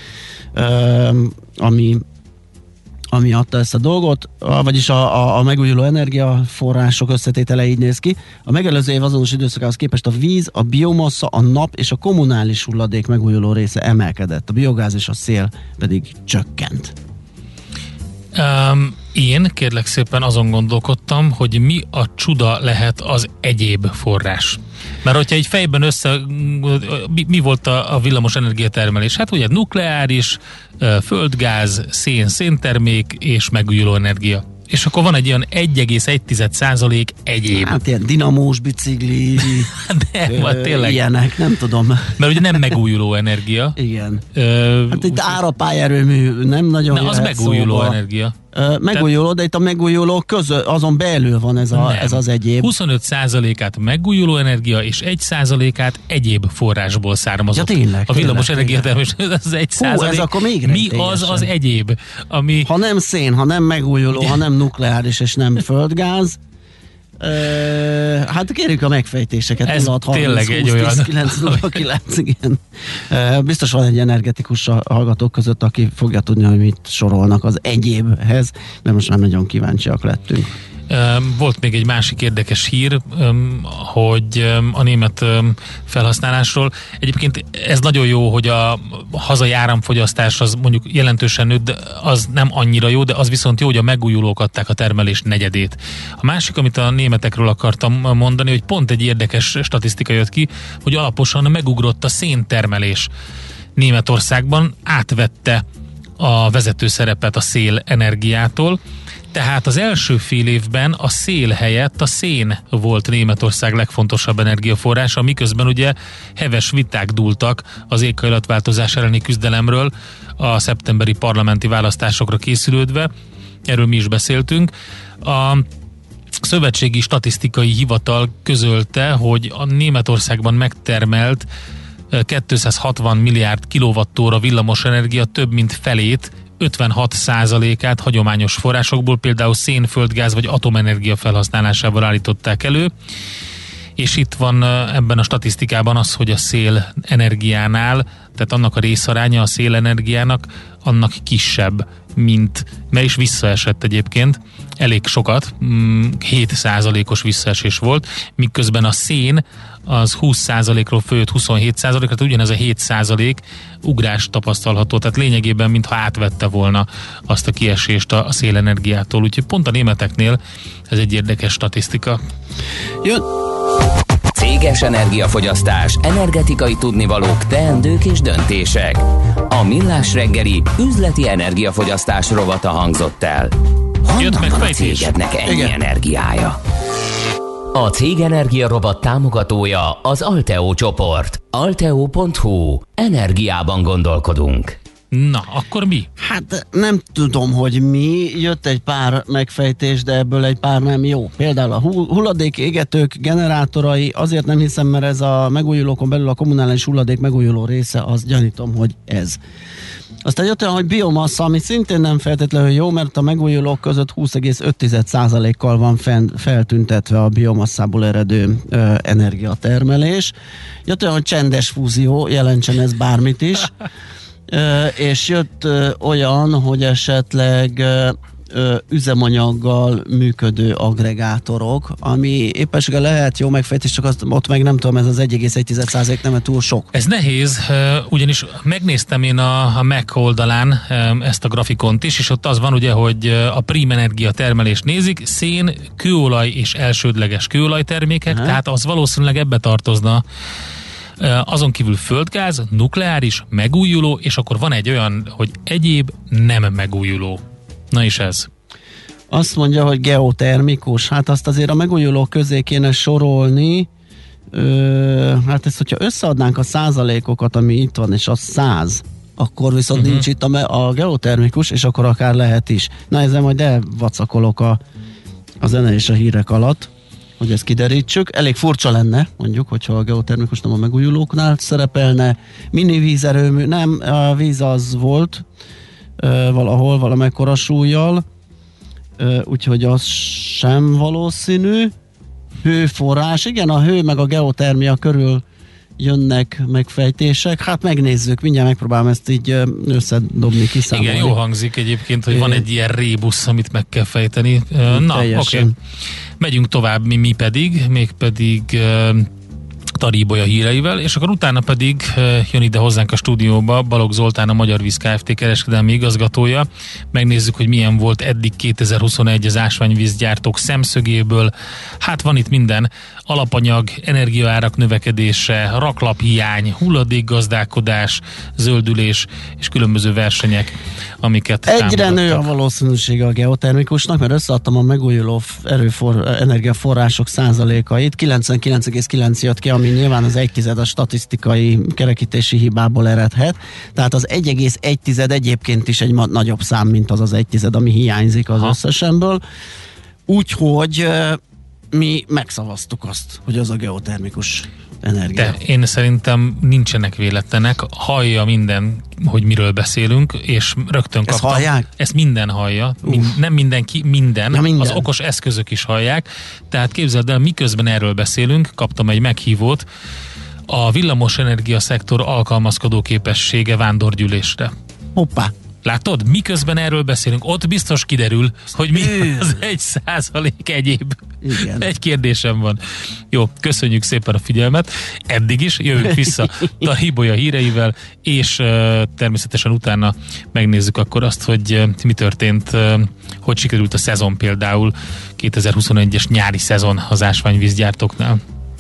ami ami adta ezt a dolgot, vagyis a, a, a megújuló energiaforrások összetétele így néz ki. A megelőző év azonos időszakához képest a víz, a biomassa, a nap és a kommunális hulladék megújuló része emelkedett. A biogáz és a szél pedig csökkent. Um, én kérlek szépen azon gondolkodtam, hogy mi a csuda lehet az egyéb forrás. Mert hogyha egy fejben össze, mi, mi volt a, a villamos energiatermelés? Hát ugye nukleáris, földgáz, szén, széntermék és megújuló energia. És akkor van egy ilyen egy egész egy százalék egyéb. Hát ilyen dinamós bicikli, nem, ö, tényleg. Ilyenek, nem tudom. Mert ugye nem megújuló energia. Igen. Ö, hát itt árapályerőmű nem nagyon ne, az megújuló szóba. Energia. Ö, megújuló, de itt a megújuló közül, azon belül van ez, a, ez az egyéb. huszonöt százalékát megújuló energia, és egy százalékát egyéb forrásból származott. Ja, tényleg, a villamos energiatermelés az egy százalék. Ez akkor még mi az az egyéb? Ami... Ha nem szén, ha nem megújuló, ha nem nukleáris, és nem földgáz, Uh, hát kérjük a megfejtéseket. Ez tényleg egy olyan. kilenc nulla kilenc, igen. Uh, biztos van egy energetikus hallgatók között, aki fogja tudni, hogy mit sorolnak az egyébhez, mert most már nagyon kíváncsiak lettünk. Volt még egy másik érdekes hír, hogy a német felhasználásról. Egyébként ez nagyon jó, hogy a hazai áramfogyasztás az mondjuk jelentősen nőtt, de az nem annyira jó, de az viszont jó, hogy a megújulók adták a termelés negyedét. A másik, amit a németekről akartam mondani, hogy pont egy érdekes statisztika jött ki, hogy alaposan megugrott a széntermelés Németországban, átvette a vezető szerepet a szélenergiától. Tehát az első fél évben a szél helyett a szén volt Németország legfontosabb energiaforrása, miközben ugye heves viták dúltak az éghajlatváltozás elleni küzdelemről a szeptemberi parlamenti választásokra készülődve. Erről mi is beszéltünk. A Szövetségi Statisztikai Hivatal közölte, hogy a Németországban megtermelt kétszázhatvan milliárd kilovattóra villamosenergia több mint felét, ötvenhat százalékát hagyományos forrásokból, például szén, földgáz vagy atomenergia felhasználásával állították elő. És itt van ebben a statisztikában az, hogy a szél energiánál, tehát annak a részaránya a szélenergiának annak kisebb, mint, mert is visszaesett egyébként, elég sokat, hét százalékos visszaesés volt, miközben a szén az húsz százalékról följött huszonhét százalékra, tehát ugyanez a hét százalék ugrás tapasztalható, tehát lényegében mintha átvette volna azt a kiesést a, a szélenergiától, úgyhogy pont a németeknél ez egy érdekes statisztika. Jó. Céges energiafogyasztás, energetikai tudnivalók, teendők és döntések. A Millás reggeli üzleti energiafogyasztás rovata hangzott el. Honnan van a cégednek ennyi Igen. energiája? A Cégenergia rovat támogatója az Alteo csoport. alteo pont hu. Energiában gondolkodunk. Na, akkor mi? Hát nem tudom, hogy mi. Jött egy pár megfejtés, de ebből egy pár nem jó. Például a hulladék égetők generátorai, azért nem hiszem, mert ez a megújulókon belül a kommunális hulladék megújuló része, az gyanítom, hogy ez. Aztán jött olyan, hogy biomassa, ami szintén nem feltétlenül jó, mert a megújulók között húsz egész öt százalékkal van fenn, feltüntetve a biomasszából eredő ö, energiatermelés. Jött olyan, hogy csendes fúzió, jelentsen ez bármit is. Ö, és jött ö, olyan, hogy esetleg ö, ö, üzemanyaggal működő aggregátorok, ami éppenséggel lehet jó megfejtés, csak azt, ott meg nem tudom, ez az egy egész egy százalék nem túl sok. Ez nehéz, ugyanis megnéztem én a, a Mac oldalán ezt a grafikont is, és ott az van ugye, hogy a prim energia termelést nézik, szén, kőolaj és elsődleges kőolaj termékek, Aha. tehát az valószínűleg ebbe tartozna. Azon kívül földgáz, nukleáris, megújuló, és akkor van egy olyan, hogy egyéb nem megújuló. Na is ez. Azt mondja, hogy geotermikus, hát azt azért a megújulók közé kéne sorolni. Ö, hát ezt, hogyha összeadnánk a százalékokat, ami itt van, és az száz, akkor viszont uh-huh. nincs itt a, a geotermikus, és akkor akár lehet is. Na ezzel majd elvacakolok a, a zene és a hírek alatt, hogy ezt kiderítsük. Elég furcsa lenne, mondjuk, hogyha a geotermikus nem a megújulóknál szerepelne. Mini vízerőmű, nem, a víz az volt ö, valahol, valamekkora súlyjal, ö, úgyhogy az sem valószínű. Hőforrás, igen, a hő meg a geotermia körül jönnek megfejtések. Hát megnézzük, mindjárt megpróbálom ezt így összedobni, kiszámolni. Igen, jó hangzik egyébként, hogy van egy ilyen rébusz, amit meg kell fejteni. Na, oké. Okay. Megyünk tovább, mi, mi pedig, mégpedig uh, Taríbolya híreivel, és akkor utána pedig uh, jön ide hozzánk a stúdióba Balogh Zoltán, a Magyar Víz Kft. Kereskedelmi igazgatója. Megnézzük, hogy milyen volt eddig kétezer-huszonegy az ásványvízgyártók szemszögéből. Hát van itt minden. Alapanyag, energiaárak növekedése, raklaphiány, hulladékgazdálkodás, zöldülés és különböző versenyek, amiket egyre nő a valószínűsége a geotermikusnak, mert összeadtam a megújuló erőfor, energiaforrások százalékait, kilencvenkilenc egész kilenc jött ki, ami nyilván az egy tized a statisztikai kerekítési hibából eredhet, tehát az egy egész egy tized egyébként is egy ma- nagyobb szám, mint az az egy tized, ami hiányzik az ha. összesemből. Úgyhogy mi megszavaztuk azt, hogy az a geotermikus energia. De én szerintem nincsenek véletlenek, hallja minden, hogy miről beszélünk, és rögtön kaptam. Ezt hallják? Ezt minden hallja. Mind, nem mindenki, minden. Ja, minden. Az okos eszközök is hallják. Tehát képzeld el, miközben erről beszélünk, kaptam egy meghívót a villamosenergia szektor alkalmazkodó képessége vándorgyűlésre. Hoppá! Látod? Miközben erről beszélünk, ott biztos kiderül, hogy mi az egy százalék egyéb. Igen. Egy kérdésem van. Jó, köszönjük szépen a figyelmet. Eddig is, jövünk vissza a Taríbolya híreivel, és uh, természetesen utána megnézzük akkor azt, hogy uh, mi történt, uh, hogy sikerült a szezon például, kétezer-huszonegyes nyári szezon az ásványvízgyártóknál.